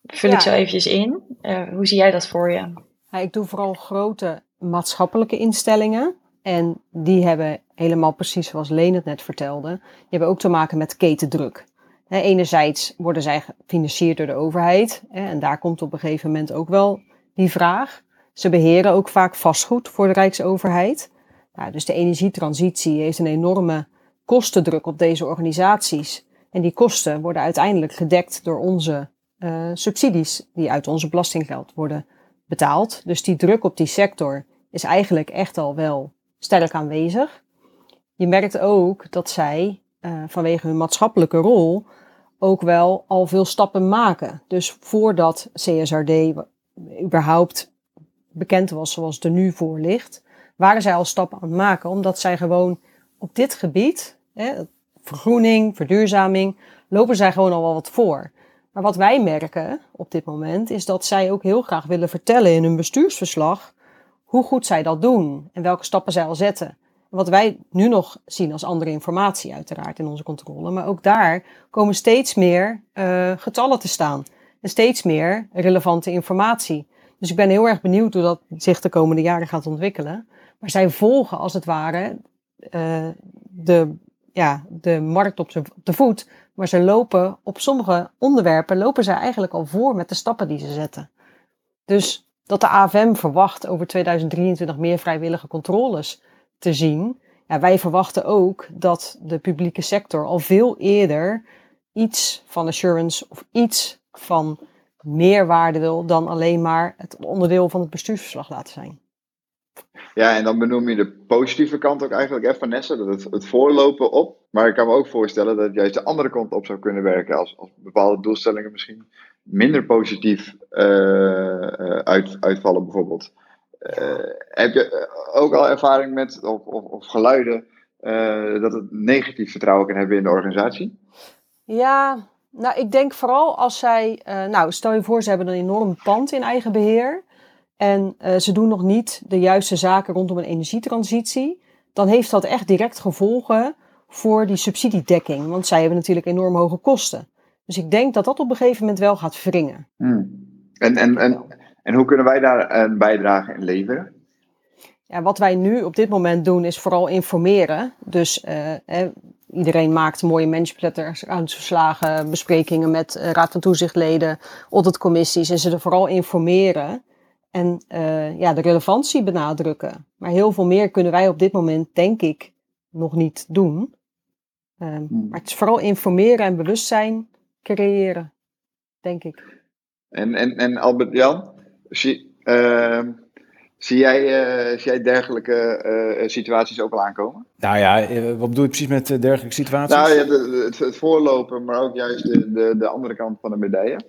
vul Ja. ik zo eventjes in. Uh, hoe zie jij dat voor je? Ja, ik doe vooral grote maatschappelijke instellingen. En die hebben helemaal precies zoals Leen het net vertelde. Die hebben ook te maken met ketendruk. He, enerzijds worden zij gefinancierd door de overheid. He, en daar komt op een gegeven moment ook wel die vraag. Ze beheren ook vaak vastgoed voor de Rijksoverheid. Nou, dus de energietransitie heeft een enorme kostendruk op deze organisaties. En die kosten worden uiteindelijk gedekt door onze uh, subsidies die uit onze belastinggeld worden betaald. Dus die druk op die sector is eigenlijk echt al wel sterk aanwezig. Je merkt ook dat zij uh, vanwege hun maatschappelijke rol ook wel al veel stappen maken. Dus voordat C S R D überhaupt bekend was zoals het er nu voor ligt, waren zij al stappen aan het maken, omdat zij gewoon op dit gebied, hè, vergroening, verduurzaming, lopen zij gewoon al wel wat voor. Maar wat wij merken op dit moment is dat zij ook heel graag willen vertellen in hun bestuursverslag hoe goed zij dat doen en welke stappen zij al zetten. Wat wij nu nog zien als andere informatie uiteraard in onze controle. Maar ook daar komen steeds meer uh, getallen te staan. En steeds meer relevante informatie. Dus ik ben heel erg benieuwd hoe dat zich de komende jaren gaat ontwikkelen. Maar zij volgen als het ware uh, de, ja, de markt op de voet. Maar ze lopen op sommige onderwerpen lopen zij eigenlijk al voor met de stappen die ze zetten. Dus dat de A F M verwacht over tweeduizend drieëntwintig meer vrijwillige controles te zien. Ja, wij verwachten ook dat de publieke sector al veel eerder iets van assurance of iets van meerwaarde wil dan alleen maar het onderdeel van het bestuursverslag laten zijn. Ja, en dan benoem je de positieve kant ook eigenlijk, hè, Vanessa, dat het, het voorlopen op. Maar ik kan me ook voorstellen dat het juist de andere kant op zou kunnen werken. Als, als bepaalde doelstellingen misschien minder positief uh, uh, uit, uitvallen bijvoorbeeld. Uh, heb je ook al ervaring met, of, of, of geluiden, uh, dat het negatief vertrouwen kan hebben in de organisatie? Ja, nou ik denk vooral als zij, uh, nou stel je voor ze hebben een enorm pand in eigen beheer. En uh, ze doen nog niet de juiste zaken rondom een energietransitie, dan heeft dat echt direct gevolgen voor die subsidiedekking. Want zij hebben natuurlijk enorm hoge kosten. Dus ik denk dat dat op een gegeven moment wel gaat wringen. Hmm. En, en, en, en hoe kunnen wij daar een bijdrage in leveren? Ja, wat wij nu op dit moment doen is vooral informeren. Dus uh, eh, iedereen maakt mooie managementletters, verslagen, besprekingen met uh, raad van toezichtleden, auditcommissies. En ze er vooral informeren. En uh, ja, de relevantie benadrukken. Maar heel veel meer kunnen wij op dit moment, denk ik, nog niet doen. Uh, hmm. Maar het is vooral informeren en bewustzijn creëren, denk ik. En, en, en Albert-Jan, zie, uh, zie, jij, uh, zie jij dergelijke uh, situaties ook al aankomen? Nou ja, uh, wat bedoel je precies met uh, dergelijke situaties? Nou ja, de, het, het voorlopen, maar ook juist de, de, de andere kant van de medaille.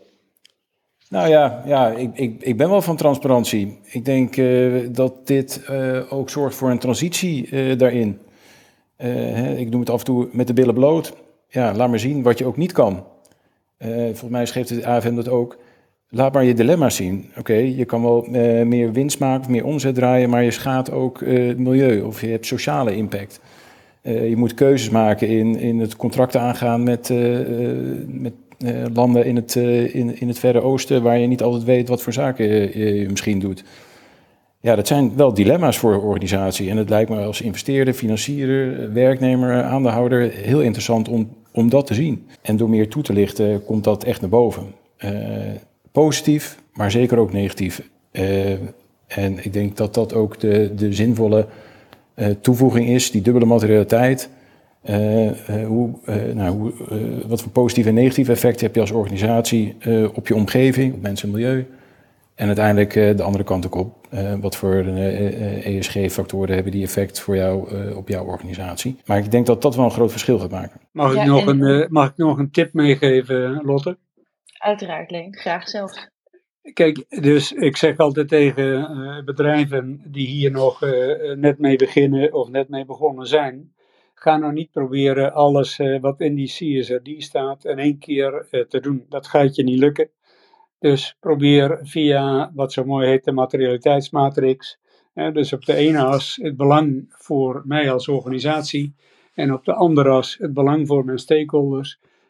Nou ja, ja ik, ik, ik ben wel van transparantie. Ik denk uh, dat dit uh, ook zorgt voor een transitie uh, daarin. Uh, hè, ik noem het af en toe met de billen bloot. Ja, laat maar zien wat je ook niet kan. Uh, volgens mij schreef de A F M dat ook. Laat maar je dilemma's zien. Oké, okay, je kan wel uh, meer winst maken of meer omzet draaien, maar je schaadt ook uh, het milieu of je hebt sociale impact. Uh, je moet keuzes maken in, in het contracten aangaan met, uh, uh, met uh, landen in het, uh, in, in het Verre Oosten, waar je niet altijd weet wat voor zaken je, je misschien doet. Ja, dat zijn wel dilemma's voor een organisatie. En het lijkt me als investeerder, financier, werknemer, aandeelhouder heel interessant om, om dat te zien. En door meer toe te lichten komt dat echt naar boven. Uh, positief, maar zeker ook negatief. Uh, en ik denk dat dat ook de, de zinvolle uh, toevoeging is, die dubbele materialiteit. Uh, uh, hoe, uh, nou, hoe, uh, wat voor positieve en negatieve effecten heb je als organisatie uh, op je omgeving, op mensen en milieu. En uiteindelijk uh, de andere kant ook op. Uh, wat voor uh, uh, E S G-factoren hebben die effect voor jou uh, op jouw organisatie. Maar ik denk dat dat wel een groot verschil gaat maken. Mag ik, Ja, nog, en- een, uh, mag ik nog een tip meegeven, Lotte? Uiteraard, Leen. Graag zelf. Kijk, dus ik zeg altijd tegen uh, bedrijven die hier nog uh, net mee beginnen of net mee begonnen zijn. Ga nou niet proberen alles uh, wat in die C S R D staat in één keer uh, te doen. Dat gaat je niet lukken. Dus probeer via wat zo mooi heet de materialiteitsmatrix. Hè, dus op de ene as het belang voor mij als organisatie. En op de andere as het belang voor mijn stakeholders.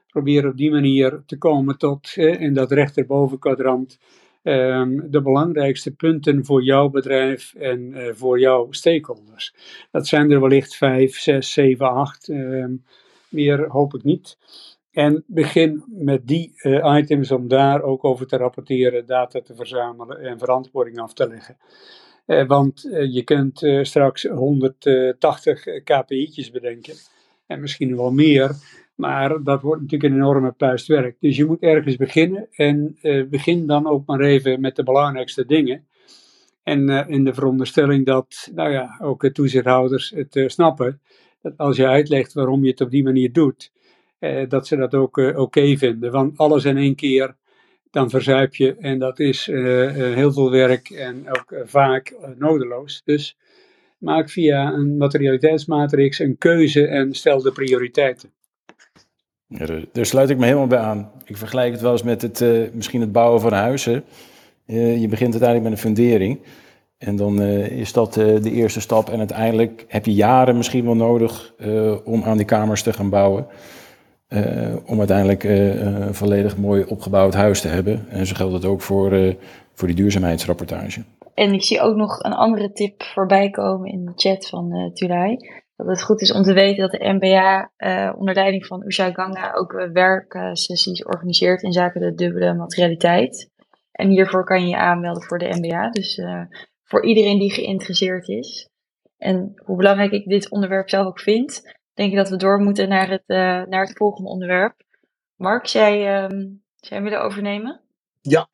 proberen op die manier te komen tot eh, in dat rechterbovenkwadrant um, de belangrijkste punten voor jouw bedrijf en uh, voor jouw stakeholders. Dat zijn er wellicht vijf, zes, zeven, acht. Um, meer hoop ik niet. En begin met die uh, items om daar ook over te rapporteren, data te verzamelen en verantwoording af te leggen. Uh, want uh, je kunt uh, straks honderdtachtig K P I'tjes bedenken. En misschien wel meer. Maar dat wordt natuurlijk een enorme puist werk. Dus je moet ergens beginnen. En uh, begin dan ook maar even met de belangrijkste dingen. En uh, in de veronderstelling dat, nou ja, ook de toezichthouders het uh, snappen. Dat als je uitlegt waarom je het op die manier doet, uh, dat ze dat ook uh, oké okay vinden. Want alles in één keer, dan verzuip je. En dat is uh, uh, heel veel werk en ook uh, vaak uh, nodeloos. Dus maak via een materialiteitsmatrix een keuze en stel de prioriteiten. Ja, daar, daar sluit ik me helemaal bij aan. Ik vergelijk het wel eens met het, uh, misschien het bouwen van huizen. Uh, je begint uiteindelijk met een fundering. En dan uh, is dat uh, de eerste stap. En uiteindelijk heb je jaren misschien wel nodig uh, om aan die kamers te gaan bouwen. Uh, om uiteindelijk uh, een volledig mooi opgebouwd huis te hebben. En zo geldt het ook voor, uh, voor die duurzaamheidsrapportage. En ik zie ook nog een andere tip voorbij komen in de chat van uh, Tulay. Dat het goed is om te weten dat de N B A uh, onder leiding van Usha Ganga ook uh, werksessies organiseert in zaken de dubbele materialiteit. En hiervoor kan je je aanmelden voor de N B A. Dus uh, voor iedereen die geïnteresseerd is. En hoe belangrijk ik dit onderwerp zelf ook vind, denk ik dat we door moeten naar het, uh, naar het volgende onderwerp. Mark, jij, um, jij willen overnemen? Ja.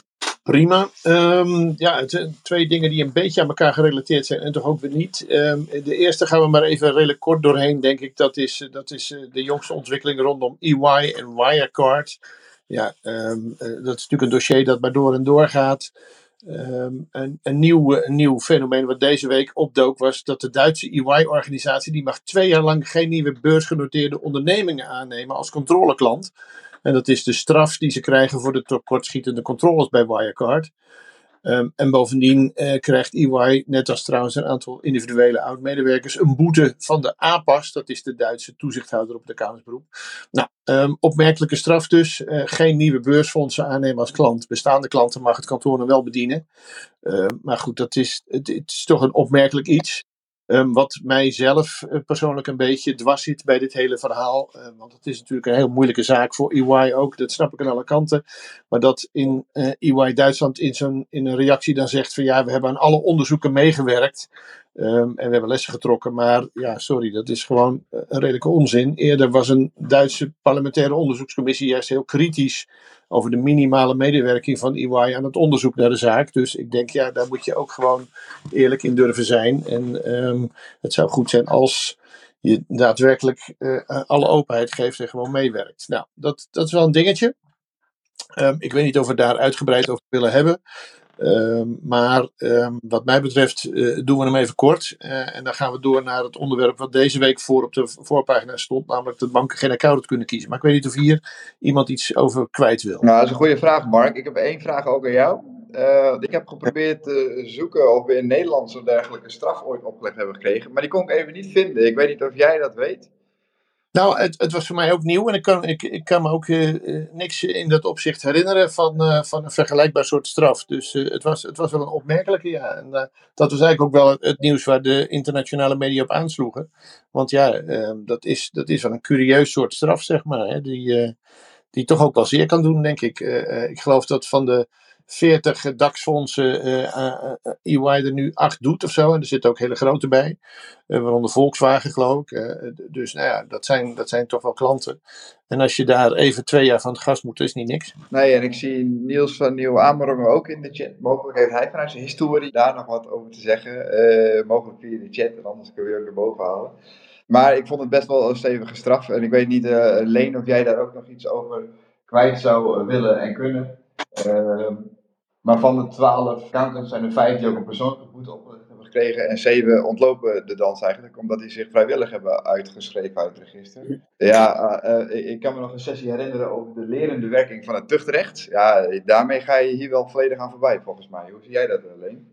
Prima. Um, ja, het zijn twee dingen die een beetje aan elkaar gerelateerd zijn en toch ook weer niet. Um, de eerste gaan we maar even redelijk kort doorheen, denk ik. Dat is, dat is de jongste ontwikkeling rondom E Y en Wirecard. Ja, um, dat is natuurlijk een dossier dat maar door en door gaat. Um, een, een, nieuw, een nieuw fenomeen wat deze week opdook was dat de Duitse E Y-organisatie, die mag twee jaar lang geen nieuwe beursgenoteerde ondernemingen aannemen als controleklant. En dat is de straf die ze krijgen voor de tekortschietende controles bij Wirecard. Um, en bovendien uh, krijgt E Y, net als trouwens een aantal individuele oud-medewerkers, een boete van de A P A S. Dat is de Duitse toezichthouder op het accountantsberoep. Nou, um, opmerkelijke straf dus. Uh, geen nieuwe beursfondsen aannemen als klant. Bestaande klanten mag het kantoor nog wel bedienen. Uh, maar goed, dat is, het, het is toch een opmerkelijk iets. Um, wat mij zelf uh, persoonlijk een beetje dwars zit bij dit hele verhaal. Uh, want het is natuurlijk een heel moeilijke zaak voor E Y ook. Dat snap ik aan alle kanten. Maar dat in uh, E Y Duitsland in, zo'n, in een reactie dan zegt van ja, we hebben aan alle onderzoeken meegewerkt. Um, en we hebben lessen getrokken. Maar ja, sorry, dat is gewoon uh, een redelijke onzin. Eerder was een Duitse parlementaire onderzoekscommissie juist heel kritisch over de minimale medewerking van E Y aan het onderzoek naar de zaak. Dus ik denk, ja, daar moet je ook gewoon eerlijk in durven zijn. En um, het zou goed zijn als je daadwerkelijk uh, alle openheid geeft en gewoon meewerkt. Nou, dat, dat is wel een dingetje. Um, ik weet niet of we daar uitgebreid over willen hebben. Um, maar um, wat mij betreft uh, doen we hem even kort. Uh, en dan gaan we door naar het onderwerp wat deze week voor op de voorpagina stond. Namelijk dat banken geen accountant kunnen kiezen. Maar ik weet niet of hier iemand iets over kwijt wil. Nou, dat is een goede vraag, Mark. Ik heb één vraag ook aan jou. Uh, ik heb geprobeerd te zoeken of we in Nederland zo'n dergelijke straf ooit opgelegd hebben gekregen. Maar die kon ik even niet vinden. Ik weet niet of jij dat weet. Nou, het, het was voor mij ook nieuw en ik kan, ik, ik kan me ook uh, niks in dat opzicht herinneren van, uh, van een vergelijkbaar soort straf. Dus uh, het, was, het was wel een opmerkelijke, ja. En uh, dat was eigenlijk ook wel het, het nieuws waar de internationale media op aansloegen. Want ja, uh, dat, is, dat is wel een curieus soort straf, zeg maar, hè, die, uh, die toch ook wel zeer kan doen, denk ik. Uh, uh, ik geloof dat van de veertig DAX-fondsen uh, uh, E Y er nu acht doet of zo. En er zitten ook hele grote bij. Uh, waaronder Volkswagen, geloof ik. Uh, dus nou ja, dat zijn, dat zijn toch wel klanten. En als je daar even twee jaar van het gas moet, is niet niks. Nee, en ik zie Niels van Nieuw Amerongen ook in de chat. Mogelijk heeft hij vanuit zijn historie daar nog wat over te zeggen. Uh, mogelijk via de chat, en anders kun je ook erboven halen. Maar ik vond het best wel een stevige straf. En ik weet niet, uh, Leen, of jij daar ook nog iets over kwijt zou uh, willen en kunnen. Uh, maar van de twaalf accountants zijn er vijf die ook een persoonlijke boete opgelegd hebben gekregen. En zeven ontlopen de dans eigenlijk, omdat die zich vrijwillig hebben uitgeschreven uit het register. Ja, uh, uh, ik kan me nog een sessie herinneren over de lerende werking van het tuchtrecht. Ja, daarmee ga je hier wel volledig aan voorbij, volgens mij. Hoe zie jij dat, Leen?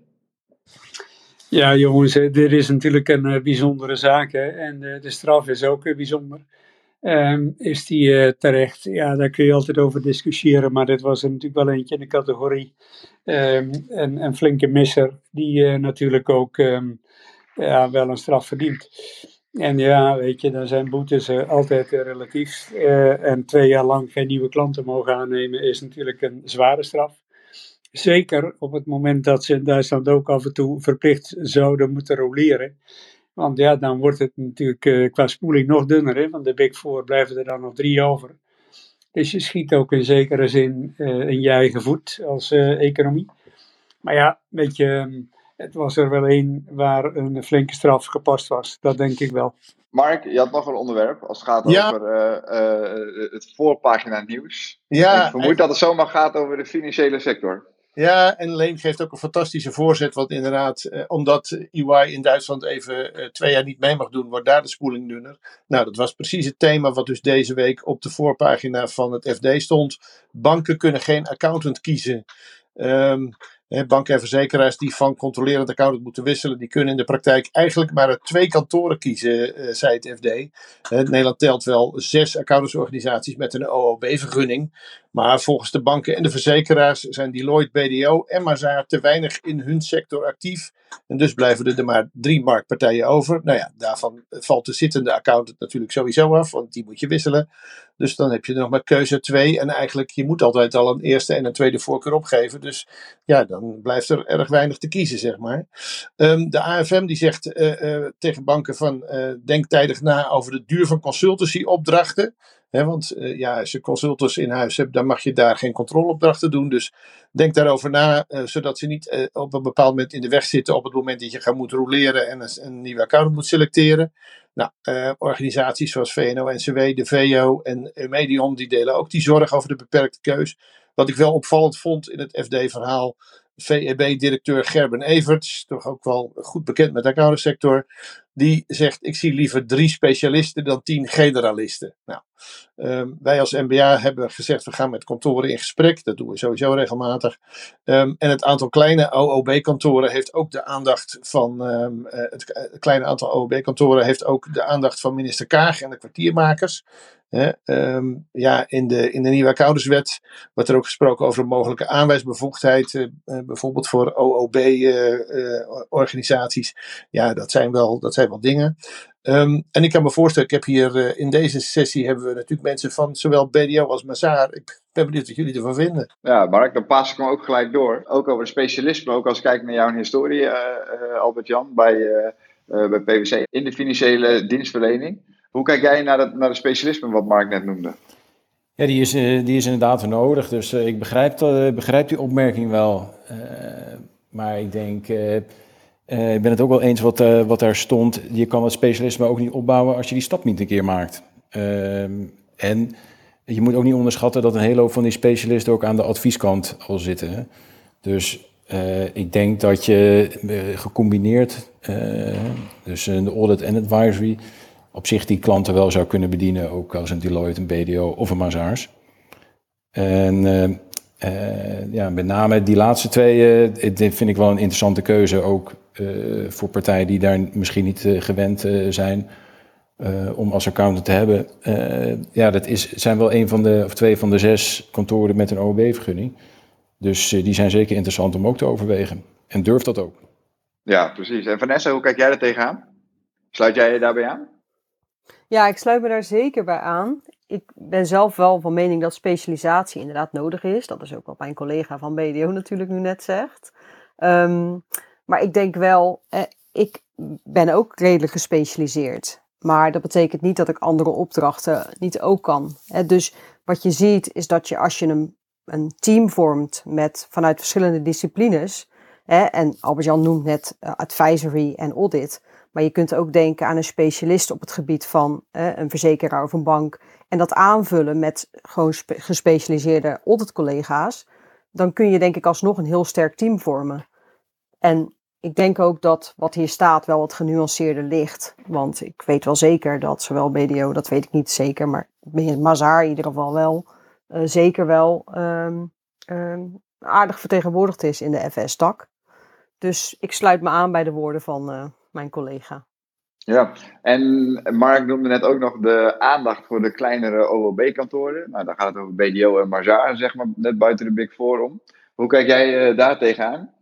Ja, jongens, dit is natuurlijk een uh, bijzondere zaak. Hè? En uh, de straf is ook uh, bijzonder. Um, is die uh, terecht? Ja, daar kun je altijd over discussiëren, maar dit was er natuurlijk wel eentje in de categorie. Um, een, een flinke misser, die uh, natuurlijk ook um, ja, wel een straf verdient. En ja, weet je, dan zijn boetes uh, altijd uh, relatief. Uh, en twee jaar lang geen nieuwe klanten mogen aannemen is natuurlijk een zware straf. Zeker op het moment dat ze in Duitsland ook af en toe verplicht zouden moeten roleren. Want ja, dan wordt het natuurlijk uh, qua spoeling nog dunner, hè? Want de Big Four blijven er dan nog drie over. Dus je schiet ook in zekere zin uh, in je eigen voet als uh, economie. Maar ja, weet je, het was er wel een waar een flinke straf gepast was. Dat denk ik wel. Mark, je had nog een onderwerp als het gaat Ja. over uh, uh, het voorpagina nieuws. Ja, ik vermoed dat het zomaar gaat over de financiële sector. Ja, en Leen geeft ook een fantastische voorzet, want inderdaad, eh, omdat E Y in Duitsland even eh, twee jaar niet mee mag doen, wordt daar de spoeling dunner. Nou, dat was precies het thema wat dus deze week op de voorpagina van het F D stond. Banken kunnen geen accountant kiezen. Um, banken en verzekeraars die van controlerend accountant moeten wisselen, die kunnen in de praktijk eigenlijk maar uit twee kantoren kiezen, uh, zei het F D. Uh, Nederland telt wel zes accountantsorganisaties met een O O B-vergunning. Maar volgens de banken en de verzekeraars zijn Deloitte, B D O en Mazars te weinig in hun sector actief. En dus blijven er, er maar drie marktpartijen over. Nou ja, daarvan valt de zittende accountant natuurlijk sowieso af, want die moet je wisselen. Dus dan heb je er nog maar keuze twee. En eigenlijk, je moet altijd al een eerste en een tweede voorkeur opgeven. Dus ja, dan blijft er erg weinig te kiezen, zeg maar. Um, de A F M die zegt uh, uh, tegen banken van, uh, denk tijdig na over de duur van consultancyopdrachten. He, want uh, ja, als je consultants in huis hebt, dan mag je daar geen controleopdrachten doen. Dus denk daarover na, uh, zodat ze niet uh, op een bepaald moment in de weg zitten op het moment dat je gaat moeten roleren en een, een nieuwe accountant moet selecteren. Nou, uh, organisaties zoals V N O N C W, de V O en Eumedion, die delen ook die zorg over de beperkte keus. Wat ik wel opvallend vond in het F D-verhaal, V E B-directeur Gerben Everts, toch ook wel goed bekend met de accountantssector, die zegt, ik zie liever drie specialisten dan tien generalisten. Nou, um, wij als N B A hebben gezegd, we gaan met kantoren in gesprek. Dat doen we sowieso regelmatig. Um, en het aantal kleine O O B-kantoren heeft ook de aandacht van, um, uh, het, het kleine aantal O O B-kantoren heeft ook de aandacht van minister Kaag en de kwartiermakers. He, um, ja, in de, in de nieuwe accountantswet wordt er ook gesproken over een mogelijke aanwijsbevoegdheid, uh, uh, bijvoorbeeld voor O O B-organisaties. Uh, uh, ja, dat zijn wel, dat zijn wel dingen. Um, en ik kan me voorstellen, ik heb hier uh, in deze sessie hebben we natuurlijk mensen van zowel B D O als Mazars. Ik ben benieuwd wat jullie ervan vinden. Ja, Mark, dan pas ik hem ook gelijk door. Ook over specialisme, ook als ik kijk naar jouw historie, uh, uh, Albert-Jan, bij, uh, uh, bij P W C in de financiële dienstverlening. Hoe kijk jij naar, het, naar de specialisme wat Mark net noemde? Ja, die is, uh, die is inderdaad nodig. Dus uh, ik begrijp, uh, begrijp die opmerking wel. Uh, maar ik denk, uh, uh, ik ben het ook wel eens wat, uh, wat daar stond. Je kan het specialisme ook niet opbouwen als je die stap niet een keer maakt. Uh, en je moet ook niet onderschatten dat een hele hoop van die specialisten ook aan de advieskant al zitten. Hè? Dus uh, ik denk dat je uh, gecombineerd, uh, dus uh, de audit en advisory, op zich die klanten wel zou kunnen bedienen, ook als een Deloitte, een B D O of een Mazars. En uh, uh, ja, met name die laatste twee, uh, dit vind ik wel een interessante keuze, ook uh, voor partijen die daar misschien niet uh, gewend uh, zijn uh, om als accountant te hebben. Uh, ja, dat is, zijn wel een van de, of twee van de zes kantoren met een O O B-vergunning. Dus uh, die zijn zeker interessant om ook te overwegen. En durf dat ook. Ja, precies. En Vanessa, hoe kijk jij er tegenaan? Sluit jij je daarbij aan? Ja, ik sluit me daar zeker bij aan. Ik ben zelf wel van mening dat specialisatie inderdaad nodig is. Dat is ook wat mijn collega van B D O natuurlijk nu net zegt. Um, maar ik denk wel, eh, ik ben ook redelijk gespecialiseerd. Maar dat betekent niet dat ik andere opdrachten niet ook kan. Eh, dus wat je ziet is dat je als je een, een team vormt met vanuit verschillende disciplines. Eh, en Albert-Jan noemt net uh, advisory en audit. Maar je kunt ook denken aan een specialist op het gebied van eh, een verzekeraar of een bank. En dat aanvullen met gewoon spe- gespecialiseerde auditcollega's. Dan kun je denk ik alsnog een heel sterk team vormen. En ik denk ook dat wat hier staat wel wat genuanceerder ligt. Want ik weet wel zeker dat zowel B D O, dat weet ik niet zeker. Maar Mazars in ieder geval wel. Uh, zeker wel um, um, aardig vertegenwoordigd is in de F S-tak. Dus ik sluit me aan bij de woorden van uh, mijn collega. Ja, en Mark noemde net ook nog de aandacht voor de kleinere O L B-kantoren. Nou, dan gaat het over B D O en Mazars, zeg maar, net buiten de Big Four om. Hoe kijk jij uh, daar tegenaan?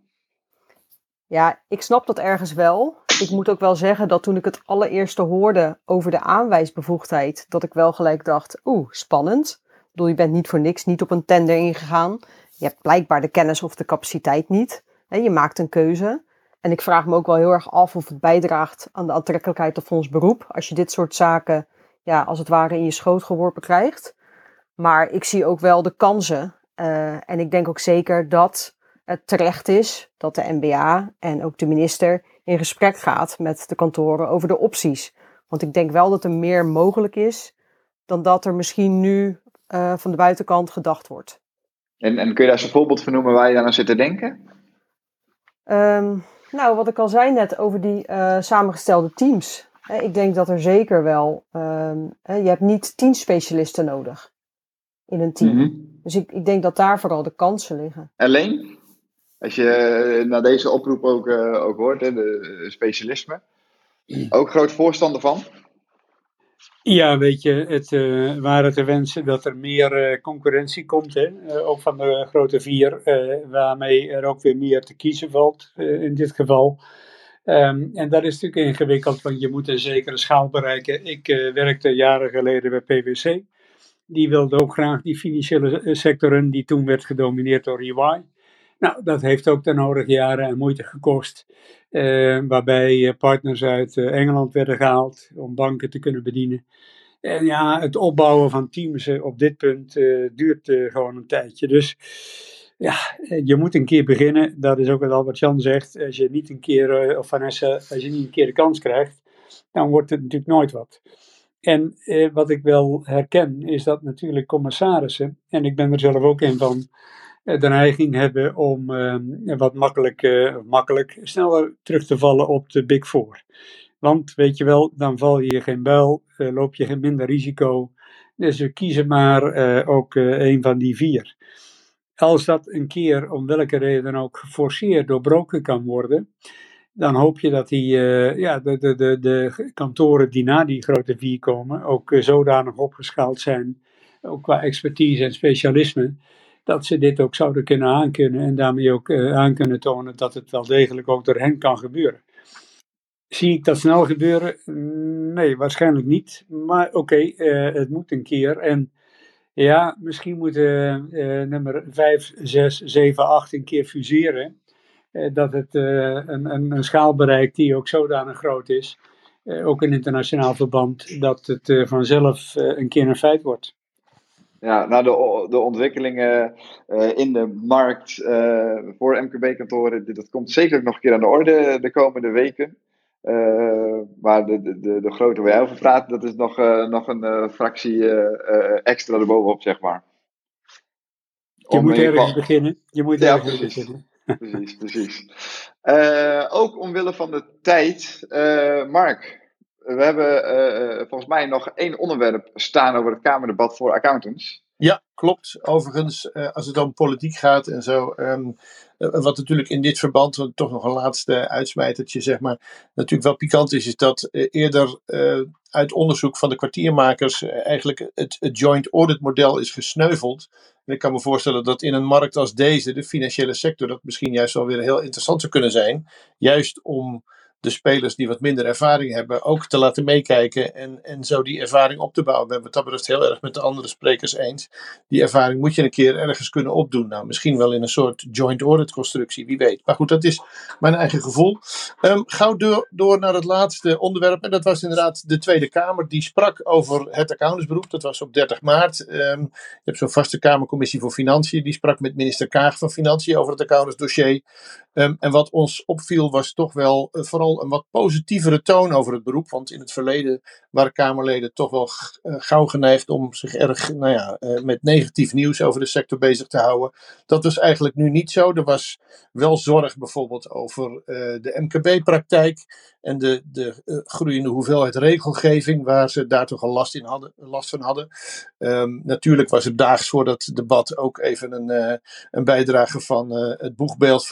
Ja, ik snap dat ergens wel. Ik moet ook wel zeggen dat toen ik het allereerste hoorde over de aanwijsbevoegdheid, dat ik wel gelijk dacht, oeh, spannend. Ik bedoel, je bent niet voor niks niet op een tender ingegaan. Je hebt blijkbaar de kennis of de capaciteit niet. Je maakt een keuze. En ik vraag me ook wel heel erg af of het bijdraagt aan de aantrekkelijkheid van ons beroep. Als je dit soort zaken, ja, als het ware in je schoot geworpen krijgt. Maar ik zie ook wel de kansen. Uh, en ik denk ook zeker dat het terecht is dat de N B A en ook de minister in gesprek gaat met de kantoren over de opties. Want ik denk wel dat er meer mogelijk is dan dat er misschien nu uh, van de buitenkant gedacht wordt. En, en kun je daar eens een voorbeeld van noemen waar je dan aan zit te denken? Um, nou, wat ik al zei net over die uh, samengestelde teams. He, ik denk dat er zeker wel... Um, he, je hebt niet tien specialisten nodig in een team. Mm-hmm. Dus ik, ik denk dat daar vooral de kansen liggen. Alleen, als je naar deze oproep ook, uh, ook hoort, hè, de specialisme, ook groot voorstander van? Ja, weet je, het uh, waren te wensen dat er meer uh, concurrentie komt, hè? Uh, ook van de grote vier, uh, waarmee er ook weer meer te kiezen valt, uh, in dit geval. Um, en dat is natuurlijk ingewikkeld, want je moet een zekere schaal bereiken. Ik uh, werkte jaren geleden bij P W C. Die wilde ook graag die financiële sector in, die toen werd gedomineerd door E Y. Nou, dat heeft ook de nodige jaren en moeite gekost. Uh, waarbij partners uit uh, Engeland werden gehaald om banken te kunnen bedienen. En ja, het opbouwen van teams uh, op dit punt uh, duurt uh, gewoon een tijdje. Dus ja, je moet een keer beginnen. Dat is ook wat Albert-Jan zegt. Als je niet een keer, uh, of Vanessa, als je niet een keer de kans krijgt, dan wordt het natuurlijk nooit wat. En uh, wat ik wel herken, is dat natuurlijk commissarissen, en ik ben er zelf ook een van, uh, de neiging hebben om uh, wat makkelijk, uh, makkelijk sneller terug te vallen op de Big Four. Want weet je wel, dan val je geen buil, uh, loop je geen minder risico. Dus we kiezen maar uh, ook uh, een van die vier. Als dat een keer, om welke reden dan ook, geforceerd doorbroken kan worden, dan hoop je dat die, uh, ja, de, de, de, de kantoren die na die grote vier komen ook uh, zodanig opgeschaald zijn, ook qua expertise en specialisme, dat ze dit ook zouden kunnen aankunnen en daarmee ook uh, aan kunnen tonen dat het wel degelijk ook door hen kan gebeuren. Zie ik dat snel gebeuren? Nee, waarschijnlijk niet. Maar oké, okay, uh, het moet een keer. En ja, misschien moeten uh, nummer vijf, zes, zeven, acht een keer fuseren. Uh, dat het uh, een, een, een schaal bereikt die ook zodanig groot is. Uh, ook in internationaal verband, dat het uh, vanzelf uh, een keer een feit wordt. Ja, nou de, de ontwikkelingen uh, in de markt uh, voor M K B-kantoren, dat komt zeker nog een keer aan de orde de komende weken. Uh, waar de, de, de, de grote waar over praten, dat is nog, uh, nog een uh, fractie uh, uh, extra erbovenop, zeg maar. Je om moet ergens geval... beginnen. Je moet ja, ergens precies. beginnen. precies, precies. Uh, ook omwille van de tijd, uh, Mark, we hebben uh, volgens mij nog één onderwerp staan over het Kamerdebat voor accountants. Ja, klopt. Overigens, uh, als het om politiek gaat en zo, um, uh, wat natuurlijk in dit verband, wat toch nog een laatste uitsmijtertje, zeg maar, natuurlijk wel pikant is, is dat uh, eerder uh, uit onderzoek van de kwartiermakers uh, eigenlijk het, het joint audit model is gesneuveld. En ik kan me voorstellen dat in een markt als deze, de financiële sector, dat misschien juist wel weer heel interessant zou kunnen zijn, juist om de spelers die wat minder ervaring hebben ook te laten meekijken en, en zo die ervaring op te bouwen. Ik ben wat dat betreft heel erg met de andere sprekers eens. Die ervaring moet je een keer ergens kunnen opdoen. Nou, misschien wel in een soort joint audit constructie, wie weet. Maar goed, dat is mijn eigen gevoel. Um, gauw door, door naar het laatste onderwerp. En dat was inderdaad de Tweede Kamer. Die sprak over het accountantsberoep. Dat was op dertig maart. Um, je hebt zo'n vaste Kamercommissie voor Financiën. Die sprak met minister Kaag van Financiën over het accountantsdossier. Um, en wat ons opviel was toch wel uh, vooral een wat positievere toon over het beroep. Want in het verleden waren Kamerleden toch wel g- uh, gauw geneigd om zich erg nou ja, uh, met negatief nieuws over de sector bezig te houden. Dat was eigenlijk nu niet zo. Er was wel zorg bijvoorbeeld over uh, de M K B-praktijk en de, de uh, groeiende hoeveelheid regelgeving waar ze daar toch al last, in hadden, last van hadden. Um, natuurlijk was er daags voor dat debat ook even een, uh, een bijdrage van uh, het boegbeeld van uh, O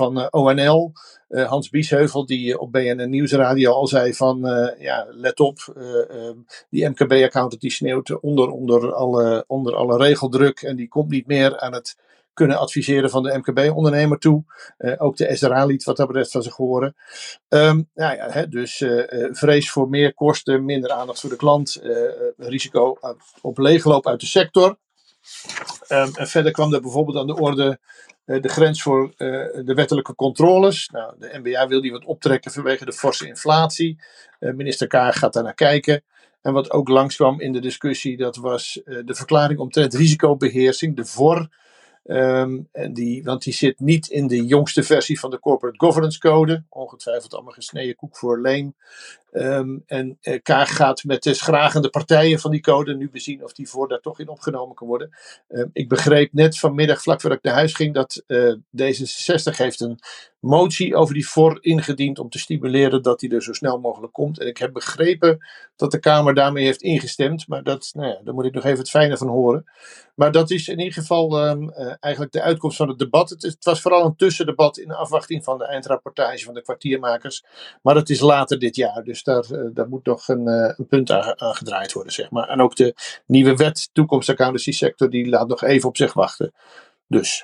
O N L, uh, Hans Biesheuvel, die op B N N Nieuwsradio al zei van, uh, ja, let op, uh, uh, die M K B-accountant die sneeuwt onder, onder, alle, onder alle regeldruk en die komt niet meer aan het kunnen adviseren van de M K B-ondernemer toe. Uh, ook de S R A liet wat dat betreft van zich horen. Um, nou ja, hè, dus uh, uh, vrees voor meer kosten, minder aandacht voor de klant, uh, risico op leegloop uit de sector. Um, en verder kwam er bijvoorbeeld aan de orde uh, de grens voor uh, de wettelijke controles. Nou, de N B A wil die wat optrekken vanwege de forse inflatie. Uh, minister Kaag gaat daar naar kijken. En wat ook langskwam in de discussie, dat was uh, de verklaring omtrent risicobeheersing, de V O R. Um, en die, want die zit niet in de jongste versie van de Corporate Governance Code. Ongetwijfeld allemaal gesneden koek voor Leen. Um, en uh, Kaag gaat met de schragende partijen van die code nu bezien of die voor daar toch in opgenomen kan worden. Um, ik begreep net vanmiddag, vlak voordat ik naar huis ging, dat uh, D zesenzestig heeft een motie over die V O R ingediend om te stimuleren dat die er zo snel mogelijk komt. En ik heb begrepen dat de Kamer daarmee heeft ingestemd, maar dat, nou ja, daar moet ik nog even het fijne van horen. Maar dat is in ieder geval um, uh, eigenlijk de uitkomst van het debat. Het, is, het was vooral een tussendebat in afwachting van de eindrapportage van de kwartiermakers. Maar het is later dit jaar, dus daar, uh, daar moet nog een, uh, een punt aan, aan gedraaid worden, zeg maar. En ook de nieuwe wet toekomst accountancy sector, die laat nog even op zich wachten. Dus.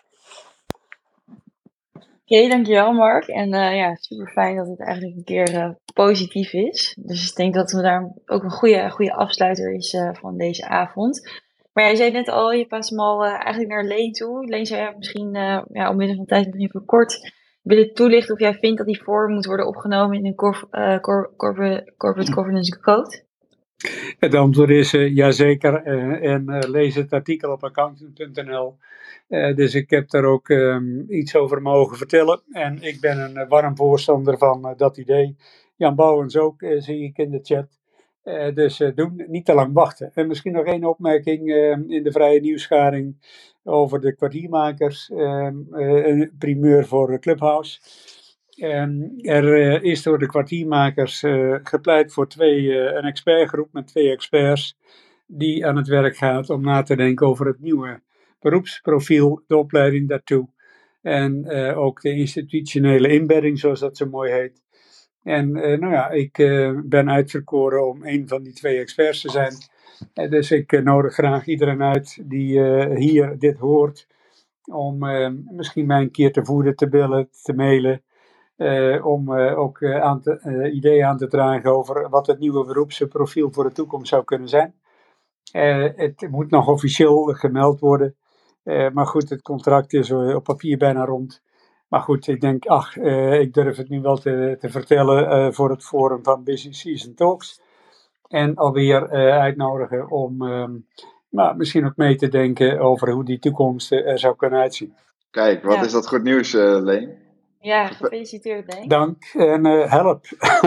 Oké, okay, dankjewel Mark. En uh, ja, super fijn dat het eigenlijk een keer uh, positief is. Dus ik denk dat we daar ook een goede, goede afsluiter is uh, van deze avond. Maar jij zei net al, je past hem al uh, eigenlijk naar Leen toe. Leen, zou jij misschien, uh, ja, omwille van tijd nog even kort willen toelichten of jij vindt dat die V O R moet worden opgenomen in een corp- uh, cor- corporate, corporate governance code? Het antwoord is uh, jazeker. Uh, en uh, lees het artikel op accountant punt n l. Uh, dus ik heb daar ook um, iets over mogen vertellen. En ik ben een uh, warm voorstander van uh, dat idee. Jan Bouwens ook, uh, zie ik in de chat. Uh, dus uh, doen, niet te lang wachten. En misschien nog één opmerking uh, in de vrije nieuwsgaring over de kwartiermakers. Uh, uh, een primeur voor Clubhouse. Um, er uh, is door de kwartiermakers uh, gepleit voor twee, uh, een expertgroep met twee experts die aan het werk gaat om na te denken over het nieuwe beroepsprofiel, de opleiding daartoe en uh, ook de institutionele inbedding, zoals dat zo mooi heet. En uh, nou ja, ik uh, ben uitverkoren om een van die twee experts te zijn. Uh, dus ik uh, nodig graag iedereen uit die uh, hier dit hoort om uh, misschien mij een keer te voeden, te bellen, te mailen. Uh, om uh, ook uh, aan te, uh, ideeën aan te dragen over wat het nieuwe beroepsprofiel voor de toekomst zou kunnen zijn. Uh, het moet nog officieel gemeld worden. Uh, maar goed, het contract is uh, op papier bijna rond. Maar goed, ik denk, ach, uh, ik durf het nu wel te, te vertellen uh, voor het forum van Busy Season Talks. En alweer uh, uitnodigen om uh, nou, misschien ook mee te denken over hoe die toekomst uh, er zou kunnen uitzien. Kijk, wat Ja. is dat goed nieuws, uh, Leen? Ja, gefeliciteerd Leen. Dank en uh, help.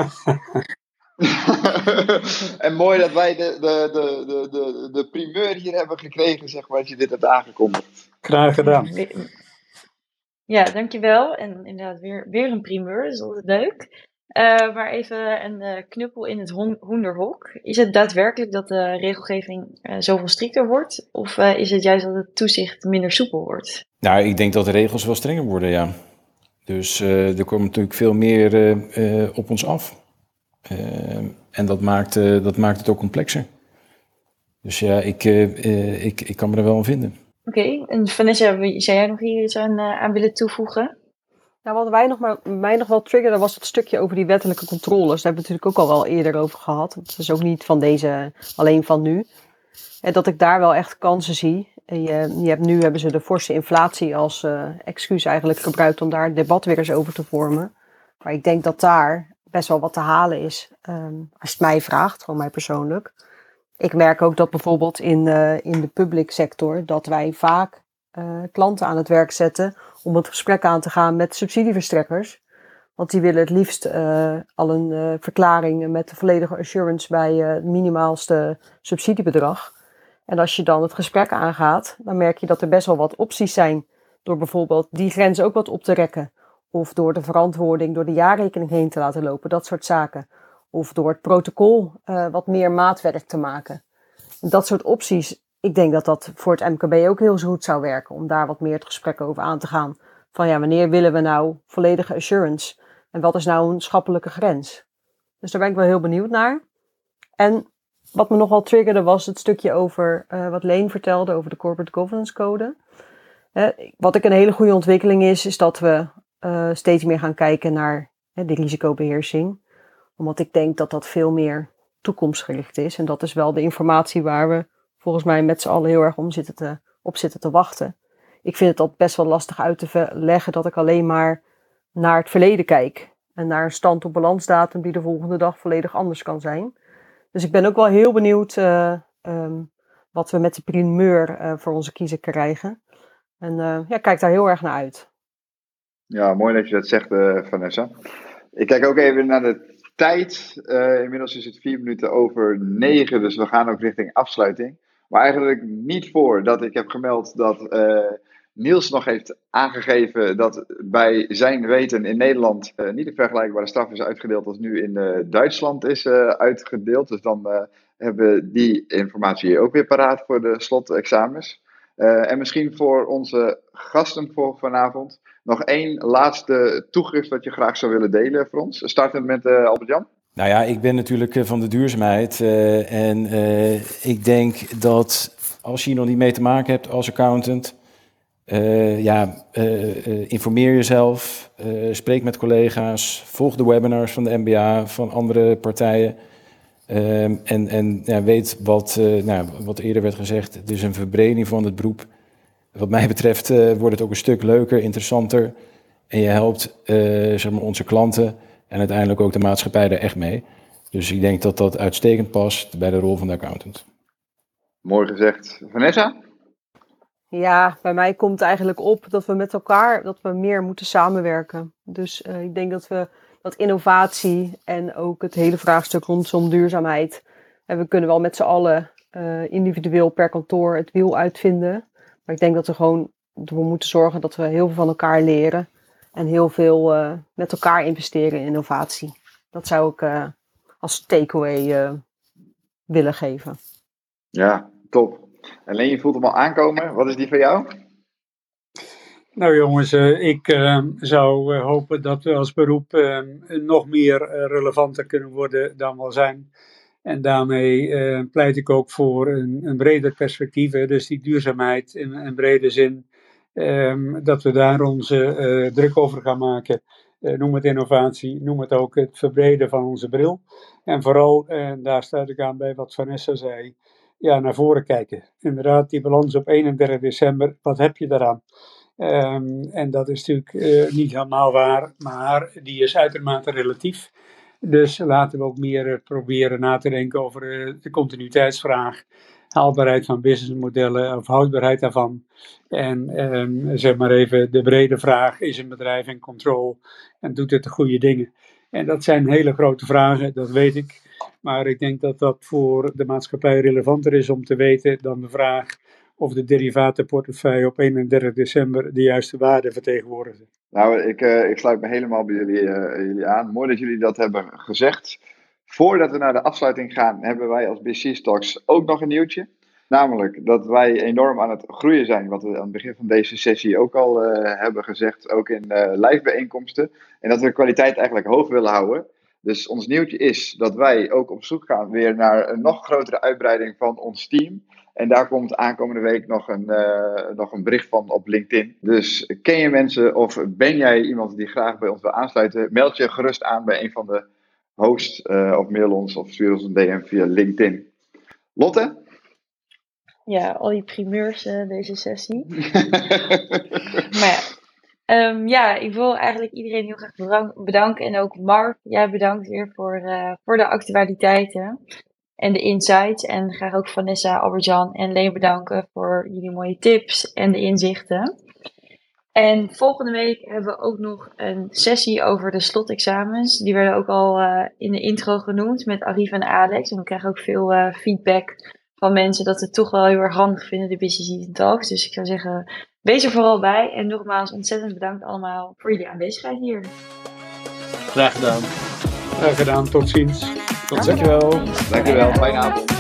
En mooi dat wij de, de, de, de, de, de primeur hier hebben gekregen, zeg maar, als je dit hebt aangekondigd. Graag gedaan. Ja, we- ja, dankjewel. En inderdaad weer, weer een primeur, dat is altijd leuk. Uh, maar even een uh, knuppel in het hon- hoenderhok. Is het daadwerkelijk dat de regelgeving uh, zoveel strikter wordt? Of uh, is het juist dat het toezicht minder soepel wordt? Nou, ik denk dat de regels wel strenger worden, ja. Dus uh, er komt natuurlijk veel meer uh, uh, op ons af. Uh, en dat maakt, uh, dat maakt het ook complexer. Dus ja, ik, uh, uh, ik, ik kan me er wel aan vinden. Oké, okay. En Vanessa, zou jij nog hier iets aan, uh, aan willen toevoegen? Nou, wat wij nog maar, mij nog wel triggerde was het stukje over die wettelijke controles. Daar hebben we natuurlijk ook al wel eerder over gehad. Het is ook niet van deze, alleen van nu. En dat ik daar wel echt kansen zie. En je, je hebt, nu hebben ze de forse inflatie als uh, excuus eigenlijk gebruikt om daar het debat weer eens over te vormen. Maar ik denk dat daar best wel wat te halen is. Um, als je het mij vraagt, gewoon mij persoonlijk. Ik merk ook dat bijvoorbeeld in, uh, in de public sector dat wij vaak uh, klanten aan het werk zetten om het gesprek aan te gaan met subsidieverstrekkers. Want die willen het liefst uh, al een uh, verklaring met de volledige assurance bij uh, het minimaalste subsidiebedrag. En als je dan het gesprek aangaat, dan merk je dat er best wel wat opties zijn. Door bijvoorbeeld die grens ook wat op te rekken. Of door de verantwoording door de jaarrekening heen te laten lopen, dat soort zaken. Of door het protocol uh, wat meer maatwerk te maken. Dat soort opties, ik denk dat dat voor het M K B ook heel zo goed zou werken. Om daar wat meer het gesprek over aan te gaan van ja, wanneer willen we nou volledige assurance? En wat is nou een schappelijke grens? Dus daar ben ik wel heel benieuwd naar. En wat me nogal triggerde was het stukje over uh, wat Leen vertelde over de Corporate Governance Code. Uh, wat ik een hele goede ontwikkeling is, is dat we uh, steeds meer gaan kijken naar uh, de risicobeheersing. Omdat ik denk dat dat veel meer toekomstgericht is. En dat is wel de informatie waar we volgens mij met z'n allen heel erg om zitten te, op zitten te wachten. Ik vind het al best wel lastig uit te leggen dat ik alleen maar naar het verleden kijk. En naar een stand op balansdatum die de volgende dag volledig anders kan zijn. Dus ik ben ook wel heel benieuwd uh, um, wat we met de primeur uh, voor onze kiezer krijgen. En uh, ja, kijk daar heel erg naar uit. Ja, mooi dat je dat zegt, uh, Vanessa. Ik kijk ook even naar de tijd. Uh, inmiddels is het vier minuten over negen, dus we gaan ook richting afsluiting. Maar eigenlijk niet voordat ik heb gemeld dat uh, Niels nog heeft aangegeven dat bij zijn weten in Nederland uh, niet een vergelijkbare straf is uitgedeeld als nu in uh, Duitsland is uh, uitgedeeld. Dus dan uh, hebben we die informatie hier ook weer paraat voor de slotexamens. Uh, en misschien voor onze gasten voor vanavond nog één laatste toegift wat je graag zou willen delen voor ons. Startend met uh, Albert-Jan. Nou ja, ik ben natuurlijk uh, van de duurzaamheid uh, en uh, ik denk dat als je hier nog niet mee te maken hebt als accountant, uh, ja, uh, uh, informeer jezelf, uh, spreek met collega's, volg de webinars van de M B A, van andere partijen. Um, en en ja, weet wat, uh, nou, wat eerder werd gezegd, het is een verbreding van het beroep. Wat mij betreft uh, wordt het ook een stuk leuker, interessanter. En je helpt uh, zeg maar onze klanten en uiteindelijk ook de maatschappij er echt mee. Dus ik denk dat dat uitstekend past bij de rol van de accountant. Mooi gezegd. Vanessa? Ja, bij mij komt eigenlijk op dat we met elkaar, dat we meer moeten samenwerken. Dus uh, ik denk dat we dat innovatie en ook het hele vraagstuk rondom duurzaamheid. En we kunnen wel met z'n allen uh, individueel per kantoor het wiel uitvinden. Maar ik denk dat we gewoon we moeten zorgen dat we heel veel van elkaar leren. En heel veel uh, met elkaar investeren in innovatie. Dat zou ik uh, als takeaway uh, willen geven. Ja, top. En Leen, je voelt hem al aankomen. Wat is die van jou? Nou jongens, uh, ik uh, zou uh, hopen dat we als beroep uh, nog meer uh, relevanter kunnen worden dan we zijn. En daarmee uh, pleit ik ook voor een, een breder perspectief. Hè, dus die duurzaamheid in een brede zin. Um, dat we daar onze uh, druk over gaan maken. Uh, noem het innovatie, noem het ook het verbreden van onze bril. En vooral, en daar sluit ik aan bij wat Vanessa zei, ja, naar voren kijken. Inderdaad, die balans op eenendertig december, wat heb je daaraan? Um, en dat is natuurlijk uh, niet helemaal waar, maar die is uitermate relatief. Dus laten we ook meer uh, proberen na te denken over uh, de continuïteitsvraag, haalbaarheid van businessmodellen of houdbaarheid daarvan. En um, zeg maar even de brede vraag, is een bedrijf in control en doet het de goede dingen? En dat zijn hele grote vragen, dat weet ik. Maar ik denk dat dat voor de maatschappij relevanter is om te weten dan de vraag of de derivatenportefeuille op eenendertig december de juiste waarde vertegenwoordigt. Nou, ik, uh, ik sluit me helemaal bij jullie, uh, jullie aan. Mooi dat jullie dat hebben gezegd. Voordat we naar de afsluiting gaan, hebben wij als B C Stocks ook nog een nieuwtje. Namelijk dat wij enorm aan het groeien zijn, wat we aan het begin van deze sessie ook al uh, hebben gezegd, ook in uh, live bijeenkomsten. En dat we de kwaliteit eigenlijk hoog willen houden. Dus ons nieuwtje is dat wij ook op zoek gaan weer naar een nog grotere uitbreiding van ons team. En daar komt aankomende week nog een, uh, nog een bericht van op LinkedIn. Dus ken je mensen of ben jij iemand die graag bij ons wil aansluiten? Meld je gerust aan bij een van de hosts uh, of mail ons of stuur ons een D M via LinkedIn. Lotte? Ja, al die primeurs uh, deze sessie. maar ja, um, ja, ik wil eigenlijk iedereen heel graag bedanken. En ook Mark, jij bedankt weer voor, uh, voor de actualiteiten. En de insights. En graag ook Vanessa, Albert-Jan en Leen bedanken voor jullie mooie tips en de inzichten. En volgende week hebben we ook nog een sessie over de slotexamens. Die werden ook al uh, in de intro genoemd met Arif en Alex. En we krijgen ook veel uh, feedback van mensen dat het toch wel heel erg handig vinden, de Business Season Talks. Dus ik zou zeggen, wees er vooral bij. En nogmaals ontzettend bedankt allemaal voor jullie aanwezigheid hier. Graag gedaan. Graag gedaan, tot ziens. Tot ziens. Dankjewel. Dankjewel, fijne avond.